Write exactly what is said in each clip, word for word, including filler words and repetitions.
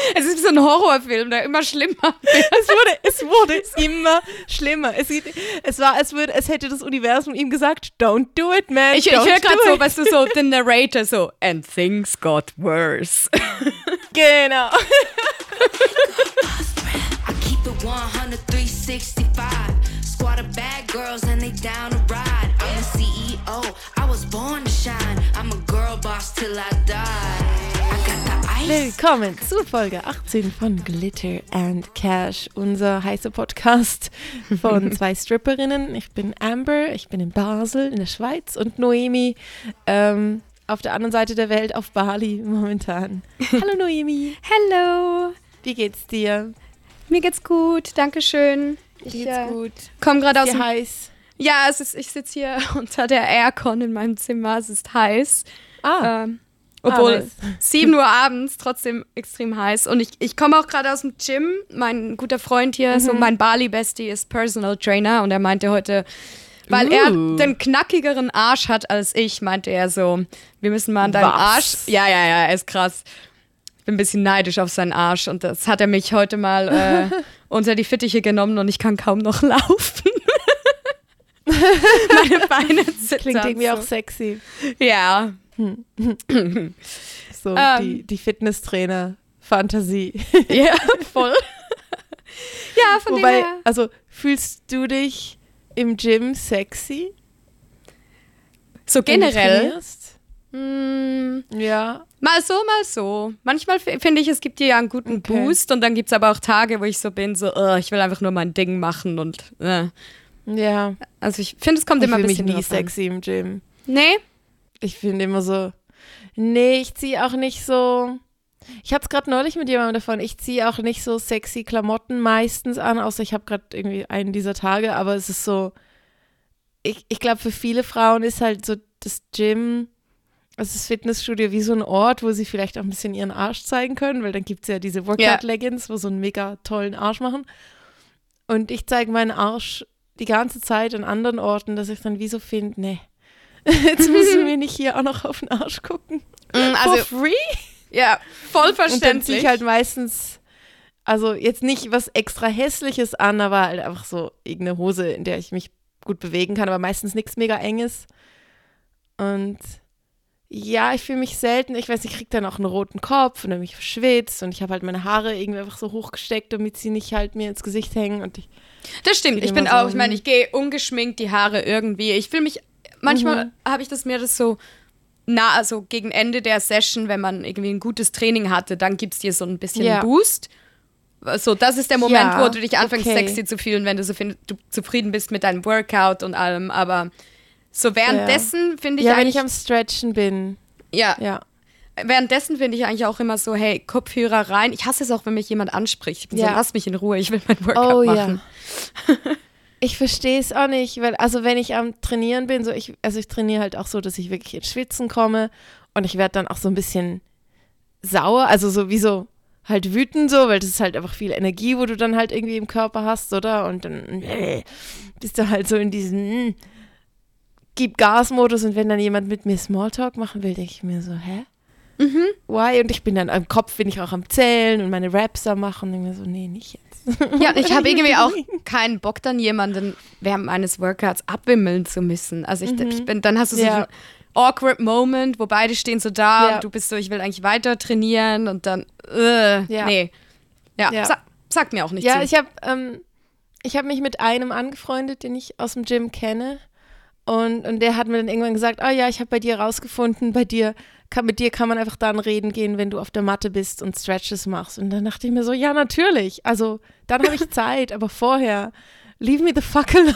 Es ist wie so ein Horrorfilm, der immer schlimmer wird. Es wurde, es wurde immer schlimmer. Es, sieht, es war, als, würde, als hätte das Universum ihm gesagt, don't do it, man. Ich, ich höre gerade so, weißt du, so den Narrator so, and things got worse. Genau. I keep it one hundred, three sixty-five. Squad of bad girls and they down to ride. I'm a C E O, I was born to shine. I'm a girl boss till I die. I got the ice. Willkommen zu Folge achtzehn von Glitter and Cash, unser heißer Podcast von zwei Stripperinnen. Ich bin Amber, ich bin in Basel in der Schweiz und Noemi ähm, auf der anderen Seite der Welt auf Bali momentan. Hallo Noemi. Hello. Wie geht's dir? Mir geht's gut, danke schön. Ich geht's äh, gut. Komm gerade aus dir dem... heiß? Ja, es ist, ich sitze hier unter der Aircon in meinem Zimmer, es ist heiß. Ah. Ähm, obwohl ah, nice. sieben Uhr abends, trotzdem extrem heiß. Und ich, ich komme auch gerade aus dem Gym. Mein guter Freund hier, mhm. so mein Bali-Bestie, ist Personal Trainer. Und er meinte heute, weil uh. er den knackigeren Arsch hat als ich, meinte er so, wir müssen mal an deinen Was? Arsch... Ja, ja, ja, er ist krass. Ich bin ein bisschen neidisch auf seinen Arsch. Und das hat er mich heute mal äh, unter die Fittiche genommen und ich kann kaum noch laufen. Meine Beine zittern. Klingt irgendwie so. auch sexy. Ja. So, ähm. die, die Fitnesstrainer-Fantasie. Ja, voll. Ja, von Wobei, dem her. also fühlst du dich im Gym sexy? So wenn du generell. trainierst? Mh, Ja. mal so, mal so. Manchmal f- finde ich, es gibt dir ja einen guten Okay. Boost und dann gibt es aber auch Tage, wo ich so bin, so, uh, ich will einfach nur mein Ding machen und äh. Ja. Also ich finde, es kommt Ich immer ein fühle mich bisschen nie drauf an. sexy im Gym. Nee? Ich finde immer so, nee, ich ziehe auch nicht so, ich hatte es gerade neulich mit jemandem davon, ich ziehe auch nicht so sexy Klamotten meistens an, außer ich habe gerade irgendwie einen dieser Tage, aber es ist so, ich, ich glaube für viele Frauen ist halt so das Gym, also das Fitnessstudio wie so ein Ort, wo sie vielleicht auch ein bisschen ihren Arsch zeigen können, weil dann gibt es ja diese Workout-Leggings, wo so einen mega tollen Arsch machen und ich zeige meinen Arsch die ganze Zeit an anderen Orten, dass ich dann wie so finde, nee, jetzt müssen wir nicht hier auch noch auf den Arsch gucken. Also, For free? ja, voll Und dann ziehe verständlich. ich halt meistens, also jetzt nicht was extra Hässliches an, aber halt einfach so irgendeine Hose, in der ich mich gut bewegen kann, aber meistens nichts mega Enges. Und ja, ich fühle mich selten, ich weiß, ich kriege dann auch einen roten Kopf und dann bin ich verschwitzt und ich habe halt meine Haare irgendwie einfach so hochgesteckt, damit sie nicht halt mir ins Gesicht hängen. Und ich Das stimmt, Geht ich bin immer so, auch, ich meine, hm. ich gehe ungeschminkt die Haare irgendwie. Ich fühle mich, manchmal Mhm. habe ich das mir das so, na, also gegen Ende der Session, wenn man irgendwie ein gutes Training hatte, dann gibt es dir so ein bisschen Ja. Boost. So, das ist der Moment, Ja, wo du dich anfängst, okay. sexy zu fühlen, wenn du so find, du zufrieden bist mit deinem Workout und allem. Aber so währenddessen finde ich ja, wenn eigentlich, ich am Stretchen bin, ja, ja. währenddessen finde ich eigentlich auch immer so, hey, Kopfhörer rein. Ich hasse es auch, wenn mich jemand anspricht. Ich bin so, Ja. lass mich in Ruhe, ich will mein Workout Oh machen. ja. Ich verstehe es auch nicht, weil, also wenn ich am Trainieren bin, so ich, also ich trainiere halt auch so, dass ich wirklich ins Schwitzen komme und ich werde dann auch so ein bisschen sauer, also so wie so halt wütend so, weil das ist halt einfach viel Energie, wo du dann halt irgendwie im Körper hast, oder? Und dann äh, bist du halt so in diesem äh, Gib Gas-Modus und wenn dann jemand mit mir Smalltalk machen will, denke ich mir so, hä? Mhm. Why? Und ich bin dann am Kopf, bin ich auch am Zählen und meine Raps am machen und denke mir so, nee, nicht jetzt. Ja, und ich habe irgendwie auch keinen Bock, dann jemanden während meines Workouts abwimmeln zu müssen. Also ich, ich bin, dann hast du so Ja. einen awkward Moment, wo beide stehen so da Ja. und du bist so, ich will eigentlich weiter trainieren und dann, äh, Ja. nee. Ja, Ja. Sa- sagt mir auch nicht Ja, zu. ich habe ähm, ich hab mich mit einem angefreundet, den ich aus dem Gym kenne. Und, und der hat mir dann irgendwann gesagt, oh ja, ich habe bei dir rausgefunden, bei dir kann, mit dir kann man einfach dann reden gehen, wenn du auf der Matte bist und Stretches machst. Und dann dachte ich mir so, ja, natürlich. Also dann habe ich Zeit, aber vorher, leave me the fuck alone.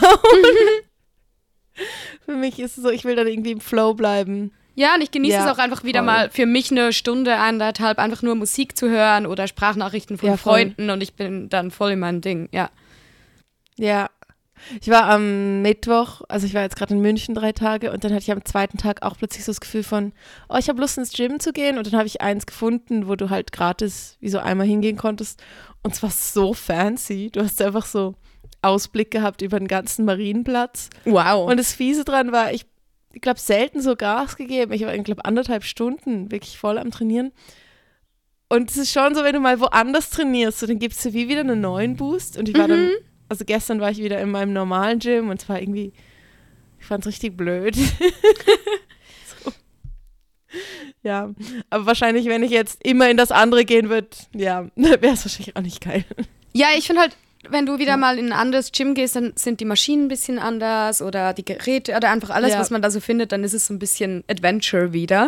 Für mich ist es so, ich will dann irgendwie im Flow bleiben. Ja, und ich genieße Ja, es auch einfach wieder voll. mal für mich eine Stunde, anderthalb, einfach nur Musik zu hören oder Sprachnachrichten von Ja, voll. Freunden und ich bin dann voll in meinem Ding, ja. Ja. Ich war am Mittwoch, also ich war jetzt gerade in München drei Tage und dann hatte ich am zweiten Tag auch plötzlich so das Gefühl von, oh, ich habe Lust ins Gym zu gehen und dann habe ich eins gefunden, wo du halt gratis wie so einmal hingehen konntest und es war so fancy. Du hast einfach so Ausblick gehabt über den ganzen Marienplatz Wow. und das Fiese dran war, ich, ich glaube selten so Gas gegeben. Ich war, ich glaube anderthalb Stunden wirklich voll am Trainieren Und es ist schon so, wenn du mal woanders trainierst, so, dann gibst du wie wieder einen neuen Boost. Und ich war mhm. dann, also gestern war ich wieder in meinem normalen Gym und es war irgendwie, ich fand es richtig blöd. so. Ja, aber wahrscheinlich, wenn ich jetzt immer in das andere gehen würde, ja, wäre es wahrscheinlich auch nicht geil. Ja, ich finde halt, wenn du wieder ja. mal in ein anderes Gym gehst, dann sind die Maschinen ein bisschen anders oder die Geräte oder einfach alles, ja. was man da so findet, dann ist es so ein bisschen Adventure wieder.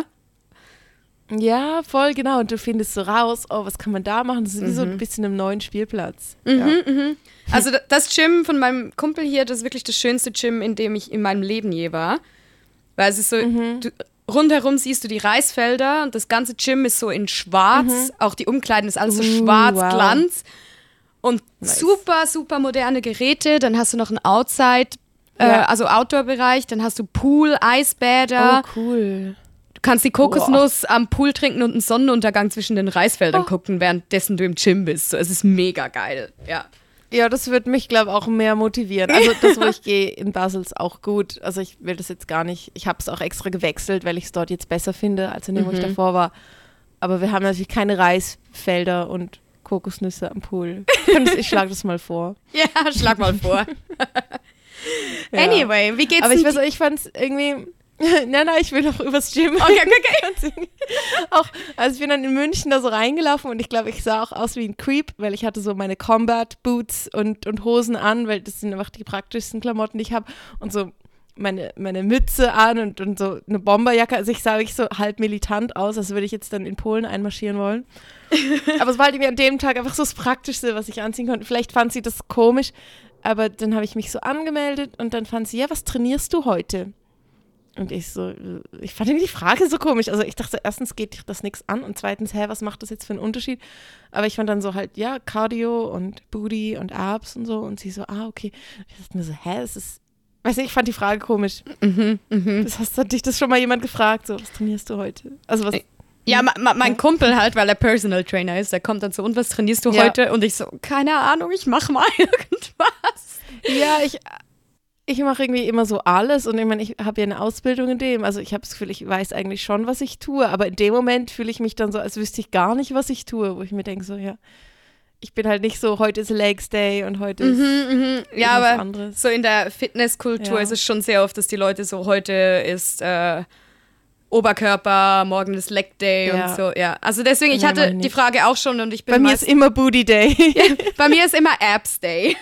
Ja, voll, genau. Und du findest so raus, oh, was kann man da machen? Das ist wie mhm. so ein bisschen im neuen Spielplatz. Mhm, ja. mhm. Also das Gym von meinem Kumpel hier, das ist wirklich das schönste Gym, in dem ich in meinem Leben je war. Weil es ist so, mhm. du, rundherum siehst du die Reisfelder und das ganze Gym ist so in schwarz. Mhm. Auch die Umkleiden ist alles so uh, schwarz, wow. Glanz. Und nice. super, super moderne Geräte. Dann hast du noch einen Outside, ja. äh, also Outdoor-Bereich. Dann hast du Pool, Eisbäder. Oh, cool. Du kannst die Kokosnuss oh. am Pool trinken und einen Sonnenuntergang zwischen den Reisfeldern oh. gucken, währenddessen du im Gym bist. So, es ist mega geil, ja. Ja, das wird mich, glaube ich, auch mehr motivieren. Also das, wo ich gehe in Basel, ist auch gut. Also ich will das jetzt gar nicht, ich habe es auch extra gewechselt, weil ich es dort jetzt besser finde, als in dem, mhm. wo ich davor war. Aber wir haben natürlich keine Reisfelder und Kokosnüsse am Pool. Ich schlage das mal vor. Ja, schlag mal vor. ja. Anyway, wie geht's Aber ich weiß, ich fand es irgendwie... nein, nein, ich will noch übers Gym. Okay, okay, okay. auch, also ich bin dann in München da so reingelaufen und ich glaube, ich sah auch aus wie ein Creep, weil ich hatte so meine Combat Boots und, und Hosen an, weil das sind einfach die praktischsten Klamotten, die ich habe. Und so meine, meine Mütze an und, und so eine Bomberjacke. Also ich sah wirklich so halb militant aus, als würde ich jetzt dann in Polen einmarschieren wollen. Aber es war halt irgendwie an dem Tag einfach so das Praktischste, was ich anziehen konnte. Vielleicht fand sie das komisch, aber dann habe ich mich so angemeldet und dann fand sie, ja, was trainierst du heute? Und ich so, ich fand die Frage so komisch. Also ich dachte, erstens geht das nichts an und zweitens, hä, was macht das jetzt für einen Unterschied? Aber ich fand dann so halt, ja, Cardio und Booty und Abs und so. Und sie so, ah, okay. Ich dachte mir so, hä, es ist, weiß nicht, ich fand die Frage komisch. Mhm, mhm. Das hast, hat dich das schon mal jemand gefragt, so, was trainierst du heute? Also was... Ja, ma, ma, mein Kumpel halt, weil er Personal Trainer ist, der kommt dann so, und was trainierst du ja. heute? Und ich so, keine Ahnung, ich mach mal irgendwas. Ja, ich... Ich mache irgendwie immer so alles und ich meine, ich habe ja eine Ausbildung in dem, also ich habe das Gefühl, ich weiß eigentlich schon, was ich tue, aber in dem Moment fühle ich mich dann so, als wüsste ich gar nicht, was ich tue, wo ich mir denke so, ja, ich bin halt nicht so, heute ist Legs Day und heute ist mhm, mhm. Ja, aber anderes. So in der Fitnesskultur ja. ist es schon sehr oft, dass die Leute so, heute ist äh, Oberkörper, morgen ist Leg Day ja. und so, ja. Also deswegen, ich hatte die Frage auch schon und ich bin Bei mir ist immer Booty Day. Ja, bei mir ist immer Abs Day.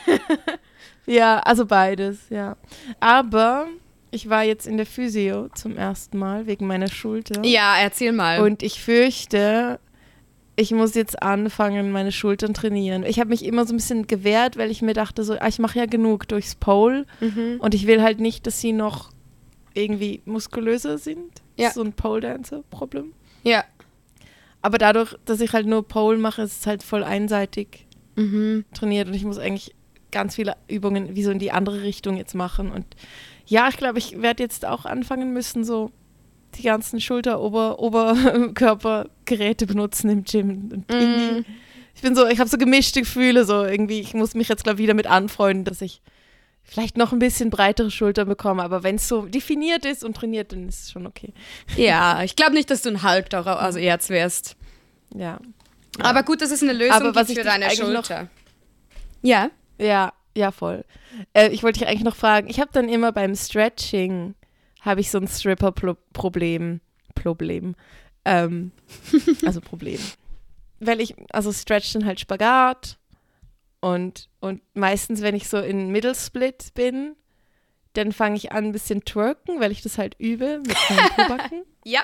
Ja, also beides, ja. Aber ich war jetzt in der Physio zum ersten Mal wegen meiner Schulter. Ja, erzähl mal. Und ich fürchte, ich muss jetzt anfangen, meine Schultern trainieren. Ich habe mich immer so ein bisschen gewehrt, weil ich mir dachte, so, ah, ich mache ja genug durchs Pole mhm. und ich will halt nicht, dass sie noch irgendwie muskulöser sind. Ja. Das ist so ein Pole-Dancer-Problem. Ja. Aber dadurch, dass ich halt nur Pole mache, ist es halt voll einseitig mhm. trainiert und ich muss eigentlich ganz viele Übungen wie so in die andere Richtung jetzt machen. Und ja, ich glaube, ich werde jetzt auch anfangen müssen, so die ganzen Schulter-, Ober-, Oberkörpergeräte benutzen im Gym. Und irgendwie, mm. ich bin so, ich habe so gemischte Gefühle, so irgendwie, ich muss mich jetzt, glaube ich, wieder mit anfreunden, dass ich vielleicht noch ein bisschen breitere Schultern bekomme, aber wenn es so definiert ist und trainiert, dann ist es schon okay. Ja, ich glaube nicht, dass du ein Hulk, also Erz wärst. Ja. Aber gut, das ist eine Lösung aber was für ich deine Schulter. Noch, ja. Ja, ja, voll. Äh, ich wollte dich eigentlich noch fragen, ich habe dann immer beim Stretching, habe ich so ein Stripper-Problem. Problem. Ähm, also Problem. Weil ich, also stretch dann halt Spagat und, und meistens, wenn ich so in Middle-Split bin, dann fange ich an ein bisschen twerken, weil ich das halt übe mit meinem Pobacken. Ja.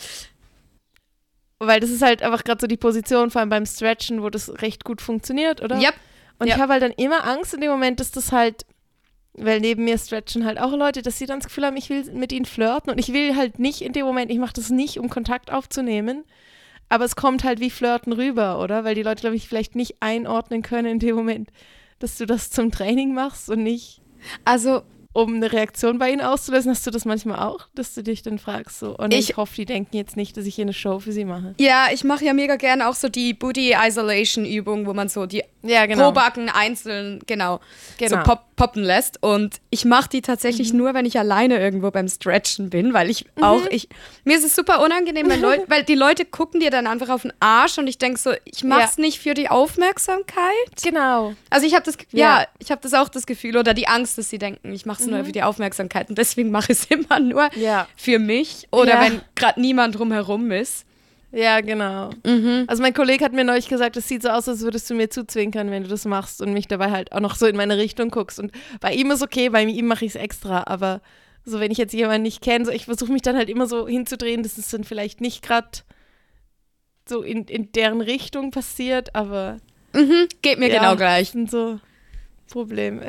Weil das ist halt einfach gerade so die Position, vor allem beim Stretchen, wo das recht gut funktioniert, oder? Ja. Und ja. ich habe halt dann immer Angst in dem Moment, dass das halt, weil neben mir stretchen halt auch Leute, dass sie dann das Gefühl haben, ich will mit ihnen flirten und ich will halt nicht in dem Moment, ich mache das nicht, um Kontakt aufzunehmen, aber es kommt halt wie Flirten rüber, oder? Weil die Leute, glaube ich, vielleicht nicht einordnen können in dem Moment, dass du das zum Training machst und nicht, also um eine Reaktion bei ihnen auszulösen. Hast du das manchmal auch, dass du dich dann fragst, so, oh nee, ich, ich hoffe, die denken jetzt nicht, dass ich hier eine Show für sie mache. Ja, ich mache ja mega gerne auch so die Booty Isolation Übung, wo man so die ja, genau. Pobacken einzeln, genau, Genau. so pop, poppen lässt. Und ich mache die tatsächlich Mhm. nur, wenn ich alleine irgendwo beim Stretchen bin, weil ich auch, ich, mir ist es super unangenehm, wenn Leute, weil die Leute gucken dir dann einfach auf den Arsch und ich denke so, ich mach's Ja. nicht für die Aufmerksamkeit. Genau. Also ich habe das, ja, Ja. ich habe das auch das Gefühl oder die Angst, dass sie denken, ich mache es nur für die Aufmerksamkeit und deswegen mache ich es immer nur Ja. für mich oder Ja. wenn gerade niemand drumherum ist. Ja, genau. Mhm. Also mein Kollege hat mir neulich gesagt, es sieht so aus, als würdest du mir zuzwinkern, wenn du das machst und mich dabei halt auch noch so in meine Richtung guckst. Und bei ihm ist okay, bei ihm mache ich es extra, aber so wenn ich jetzt jemanden nicht kenne, so ich versuche mich dann halt immer so hinzudrehen, dass es dann vielleicht nicht gerade so in, in deren Richtung passiert, aber Mhm. Geht mir ja, genau gleich. das sind so Probleme.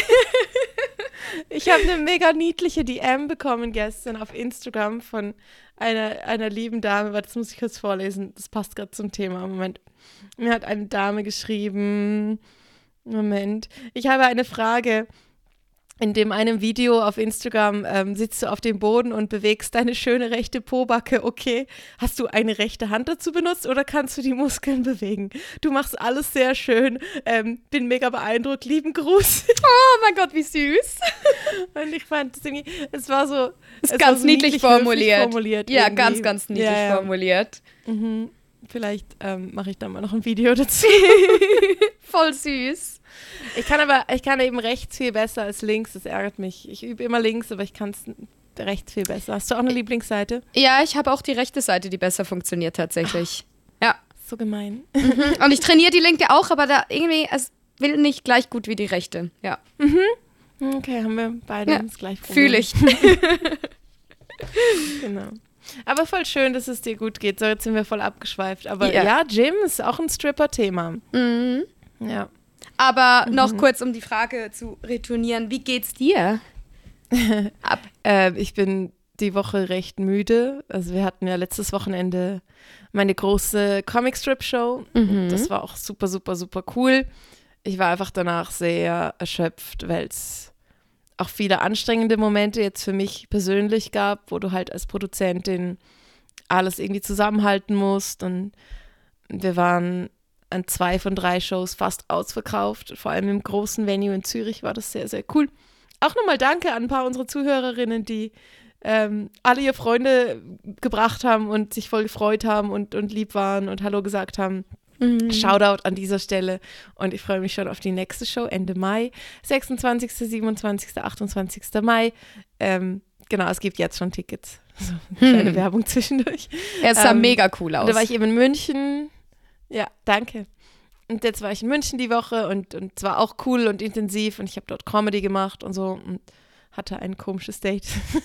Ich habe eine mega niedliche D M bekommen gestern auf Instagram von einer, einer lieben Dame. Warte, das muss ich kurz vorlesen. Das passt gerade zum Thema. Moment. Mir hat eine Dame geschrieben. Moment. Ich habe eine Frage. In dem einem Video auf Instagram ähm, sitzt du auf dem Boden und bewegst deine schöne rechte Pobacke. Okay, hast du eine rechte Hand dazu benutzt oder kannst du die Muskeln bewegen? Du machst alles sehr schön. Ähm, bin mega beeindruckt. Lieben Gruß. Oh mein Gott, wie süß. Und ich fand es irgendwie, es war so, Ist es ganz war so niedlich, niedlich formuliert. höflich formuliert. Ja, irgendwie. ganz, ganz niedlich Ja, ja. formuliert. Mhm. Vielleicht ähm, mache ich da mal noch ein Video dazu. Voll süß. Ich kann aber, ich kann eben rechts viel besser als links, das ärgert mich. Ich übe immer links, aber ich kann es rechts viel besser. Hast du auch eine Lieblingsseite? Ja, ich habe auch die rechte Seite, die besser funktioniert tatsächlich. Ja. So gemein. Und ich trainiere die linke auch, aber da irgendwie, es will nicht gleich gut wie die rechte. Ja. Okay, haben wir beide Ja, das gleiche Problem. Fühle ich. Genau. Aber voll schön, dass es dir gut geht. So, jetzt sind wir voll abgeschweift. Aber Ja. ja, Gym ist auch ein Stripper-Thema. Mhm. Ja. Aber noch kurz, um die Frage zu retournieren. Wie geht's dir? Ab. Äh, ich bin die Woche recht müde. Also wir hatten ja letztes Wochenende meine große Comic-Strip-Show. Mhm. Das war auch super, super, super cool. Ich war einfach danach sehr erschöpft, weil es auch viele anstrengende Momente jetzt für mich persönlich gab, wo du halt als Produzentin alles irgendwie zusammenhalten musst. Und wir waren an zwei von drei Shows fast ausverkauft. Vor allem im großen Venue in Zürich war das sehr, sehr cool. Auch nochmal danke an ein paar unserer Zuhörerinnen, die ähm, alle ihre Freunde gebracht haben und sich voll gefreut haben und, und lieb waren und Hallo gesagt haben. Mhm. Shoutout an dieser Stelle und ich freue mich schon auf die nächste Show Ende Mai, sechsundzwanzigsten, siebenundzwanzigsten, achtundzwanzigsten Mai. Ähm, genau, es gibt jetzt schon Tickets. So eine kleine Hm. Werbung zwischendurch. Es sah Ähm, mega cool aus. Und da war ich eben in München. Ja, danke. Und jetzt war ich in München die Woche und und es war auch cool und intensiv und ich habe dort Comedy gemacht und so und hatte ein komisches Date.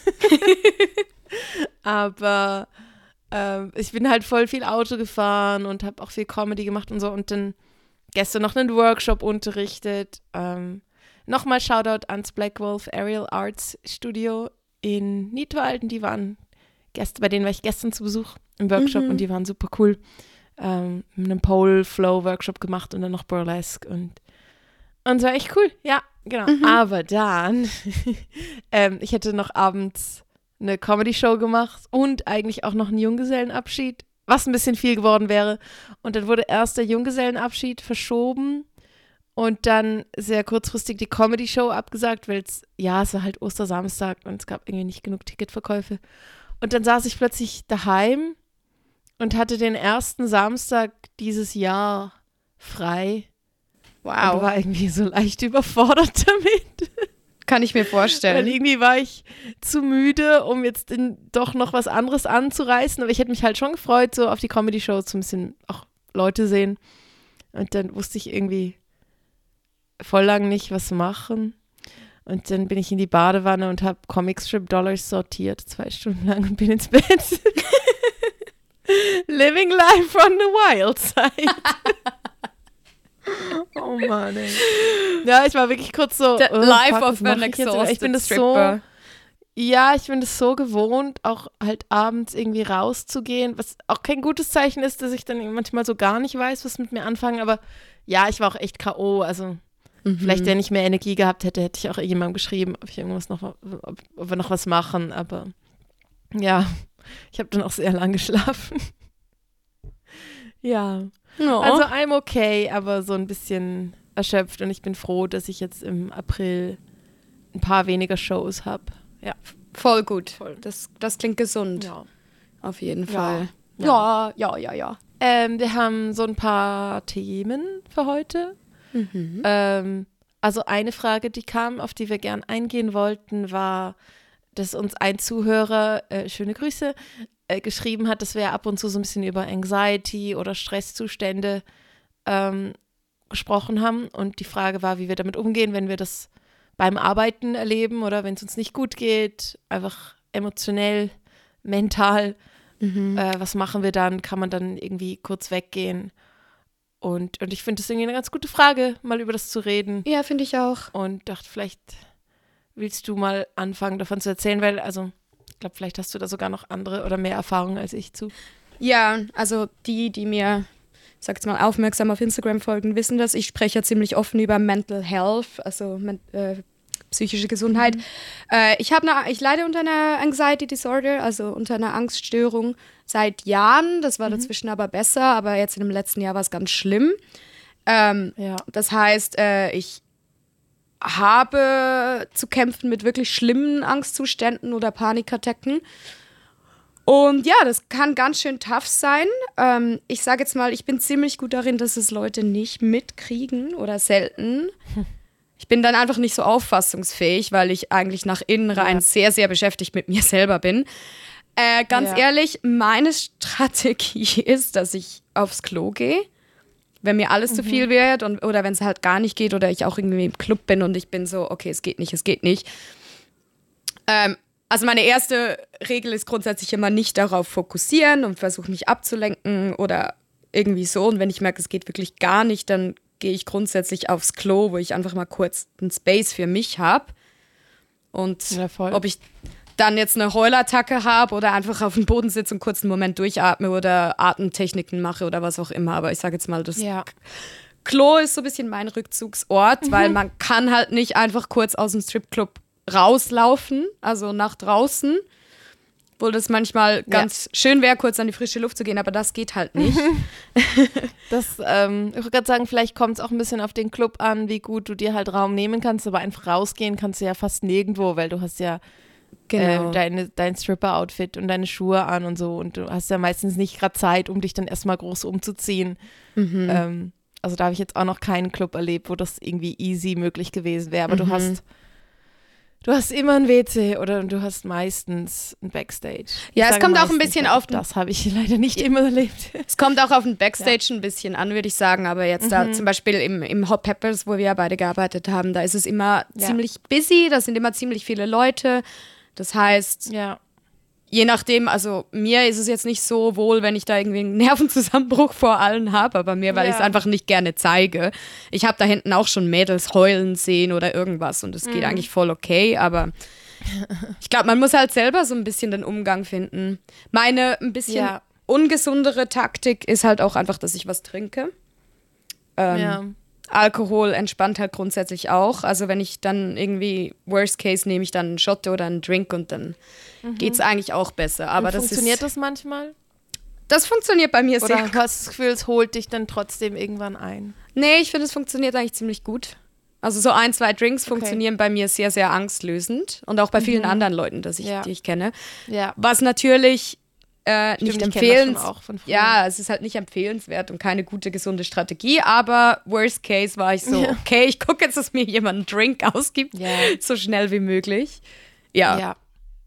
Aber ähm, ich bin halt voll viel Auto gefahren und habe auch viel Comedy gemacht und so und dann gestern noch einen Workshop unterrichtet. Ähm, Nochmal Shoutout ans Black Wolf Aerial Arts Studio in Nidwalden. Die waren gest- bei denen war ich gestern zu Besuch im Workshop Mhm. und die waren super cool. Ähm, einen Pole-Flow-Workshop gemacht und dann noch Burlesque und und es war echt cool, ja, genau. Mhm. Aber dann, ähm, ich hätte noch abends eine Comedy-Show gemacht und eigentlich auch noch einen Junggesellenabschied, was ein bisschen viel geworden wäre. Und dann wurde erst der Junggesellenabschied verschoben und dann sehr kurzfristig die Comedy-Show abgesagt, weil es, ja, es war halt Ostersamstag und es gab irgendwie nicht genug Ticketverkäufe. Und dann saß ich plötzlich daheim und hatte den ersten Samstag dieses Jahr frei. Und wow. war irgendwie so leicht überfordert damit. Kann ich mir Weil vorstellen. irgendwie war ich zu müde, um jetzt in, doch noch was anderes anzureißen. Aber ich hätte mich halt schon gefreut, so auf die Comedy-Shows so ein bisschen auch Leute sehen. Und dann wusste ich irgendwie voll lang nicht, was machen. Und dann bin ich in die Badewanne und habe Comic-Strip-Dollars sortiert, zwei Stunden lang und bin ins Bett. Living life on the wild side. Oh Mann, ey. Ja, ich war wirklich kurz so, The oh, life fuck, of was mach an ich jetzt? exhausted Ich bin das stripper. so, ja, ich bin das so gewohnt, auch halt abends irgendwie rauszugehen, was auch kein gutes Zeichen ist, dass ich dann manchmal so gar nicht weiß, was mit mir anfangen, aber ja, ich war auch echt K O, also Mhm. vielleicht, wenn ich mehr Energie gehabt hätte, hätte ich auch jemandem geschrieben, ob ich irgendwas noch, ob, ob wir noch was machen, aber ja, ich habe dann auch sehr lang geschlafen. Ja, No. Also I'm okay, aber so ein bisschen erschöpft und ich bin froh, dass ich jetzt im April ein paar weniger Shows habe. Ja. Voll gut. Voll. Das, das klingt gesund. Ja. Auf jeden Ja. Fall. Ja. Ja, ja, ja, ja. Ähm, wir haben so ein paar Themen für heute. Mhm. Ähm, also eine Frage, die kam, auf die wir gern eingehen wollten, war, dass uns ein Zuhörer, äh, schöne Grüße, äh, geschrieben hat, dass wir ab und zu so ein bisschen über Anxiety oder Stresszustände ähm, gesprochen haben. Und die Frage war, wie wir damit umgehen, wenn wir das beim Arbeiten erleben oder wenn es uns nicht gut geht, einfach emotionell, mental. Mhm. Äh, was machen wir dann? Kann man dann irgendwie kurz weggehen? Und, und ich finde das irgendwie eine ganz gute Frage, mal über das zu reden. Ja, finde ich auch. Und dachte, vielleicht willst du mal anfangen, davon zu erzählen, weil, also, ich glaube, vielleicht hast du da sogar noch andere oder mehr Erfahrungen als ich zu. Ja, also die, die mir, ich sag jetzt mal, aufmerksam auf Instagram folgen, wissen das. Ich spreche ja ziemlich offen über Mental Health, also men- äh, psychische Gesundheit. Mhm. Äh, ich, hab eine, ich leide unter einer Anxiety Disorder, also unter einer Angststörung seit Jahren. Das war mhm. dazwischen aber besser, aber jetzt in dem letzten Jahr war es ganz schlimm. Ähm, ja. Das heißt, äh, ich habe zu kämpfen mit wirklich schlimmen Angstzuständen oder Panikattacken. Und ja, das kann ganz schön tough sein. Ähm, ich sage jetzt mal, ich bin ziemlich gut darin, dass es Leute nicht mitkriegen oder selten. Ich bin dann einfach nicht so auffassungsfähig, weil ich eigentlich nach innen rein ja. sehr, sehr beschäftigt mit mir selber bin. Äh, ganz ja. ehrlich, meine Strategie ist, dass ich aufs Klo gehe, wenn mir alles mhm. zu viel wird und, oder wenn es halt gar nicht geht oder ich auch irgendwie im Club bin und ich bin so, okay, es geht nicht, es geht nicht. Ähm, also meine erste Regel ist grundsätzlich immer nicht darauf fokussieren und versuche mich abzulenken oder irgendwie so. Und wenn ich merke, es geht wirklich gar nicht, dann gehe ich grundsätzlich aufs Klo, wo ich einfach mal kurz einen Space für mich habe. Und ja, ob ich dann jetzt eine Heulattacke habe oder einfach auf dem Boden sitze und kurz einen Moment durchatme oder Atemtechniken mache oder was auch immer. Aber ich sage jetzt mal, das ja. Klo ist so ein bisschen mein Rückzugsort, mhm. weil man kann halt nicht einfach kurz aus dem Stripclub rauslaufen, also nach draußen. Obwohl das manchmal ganz ja. schön wäre, kurz an die frische Luft zu gehen, aber das geht halt nicht. das, ähm, ich würde gerade sagen, vielleicht kommt es auch ein bisschen auf den Club an, wie gut du dir halt Raum nehmen kannst, aber einfach rausgehen kannst du ja fast nirgendwo, weil du hast ja genau. äh, deine, dein Stripper-Outfit und deine Schuhe an und so und du hast ja meistens nicht gerade Zeit, um dich dann erstmal groß umzuziehen. Mhm. Ähm, also da habe ich jetzt auch noch keinen Club erlebt, wo das irgendwie easy möglich gewesen wäre, aber mhm. du hast Du hast immer ein W C oder du hast meistens ein Backstage. Ja, es kommt auch ein bisschen auf... Das habe ich leider nicht immer erlebt. Es kommt auch auf den Backstage ja. ein bisschen an, würde ich sagen. Aber jetzt mhm. da zum Beispiel im, im Hot Peppers, wo wir ja beide gearbeitet haben, da ist es immer ja. ziemlich busy. Da sind immer ziemlich viele Leute. Das heißt... Ja. Je nachdem, also mir ist es jetzt nicht so wohl, wenn ich da irgendwie einen Nervenzusammenbruch vor allen habe, aber mir, weil ja. ich es einfach nicht gerne zeige. Ich habe da hinten auch schon Mädels heulen sehen oder irgendwas und es mhm. geht eigentlich voll okay, aber ich glaube, man muss halt selber so ein bisschen den Umgang finden. Meine ein bisschen ja. ungesundere Taktik ist halt auch einfach, dass ich was trinke. Ähm, ja. Alkohol entspannt halt grundsätzlich auch. Also wenn ich dann irgendwie, worst case, nehme ich dann einen Shot oder einen Drink und dann mhm. geht es eigentlich auch besser. Aber und das funktioniert ist, das manchmal? Das funktioniert bei mir oder sehr gut. Oder hast du das Gefühl, es holt dich dann trotzdem irgendwann ein? Nee, ich finde, es funktioniert eigentlich ziemlich gut. Also so ein, zwei Drinks okay. funktionieren bei mir sehr, sehr angstlösend. Und auch bei vielen mhm. anderen Leuten, das ich, ja. die ich kenne. Ja. Was natürlich... Äh, Stimmt, nicht empfehlenswert. Von ja, es ist halt nicht empfehlenswert und keine gute, gesunde Strategie, aber worst case war ich so, ja. okay, ich gucke jetzt, dass mir jemand einen Drink ausgibt, ja. so schnell wie möglich. Ja. ja.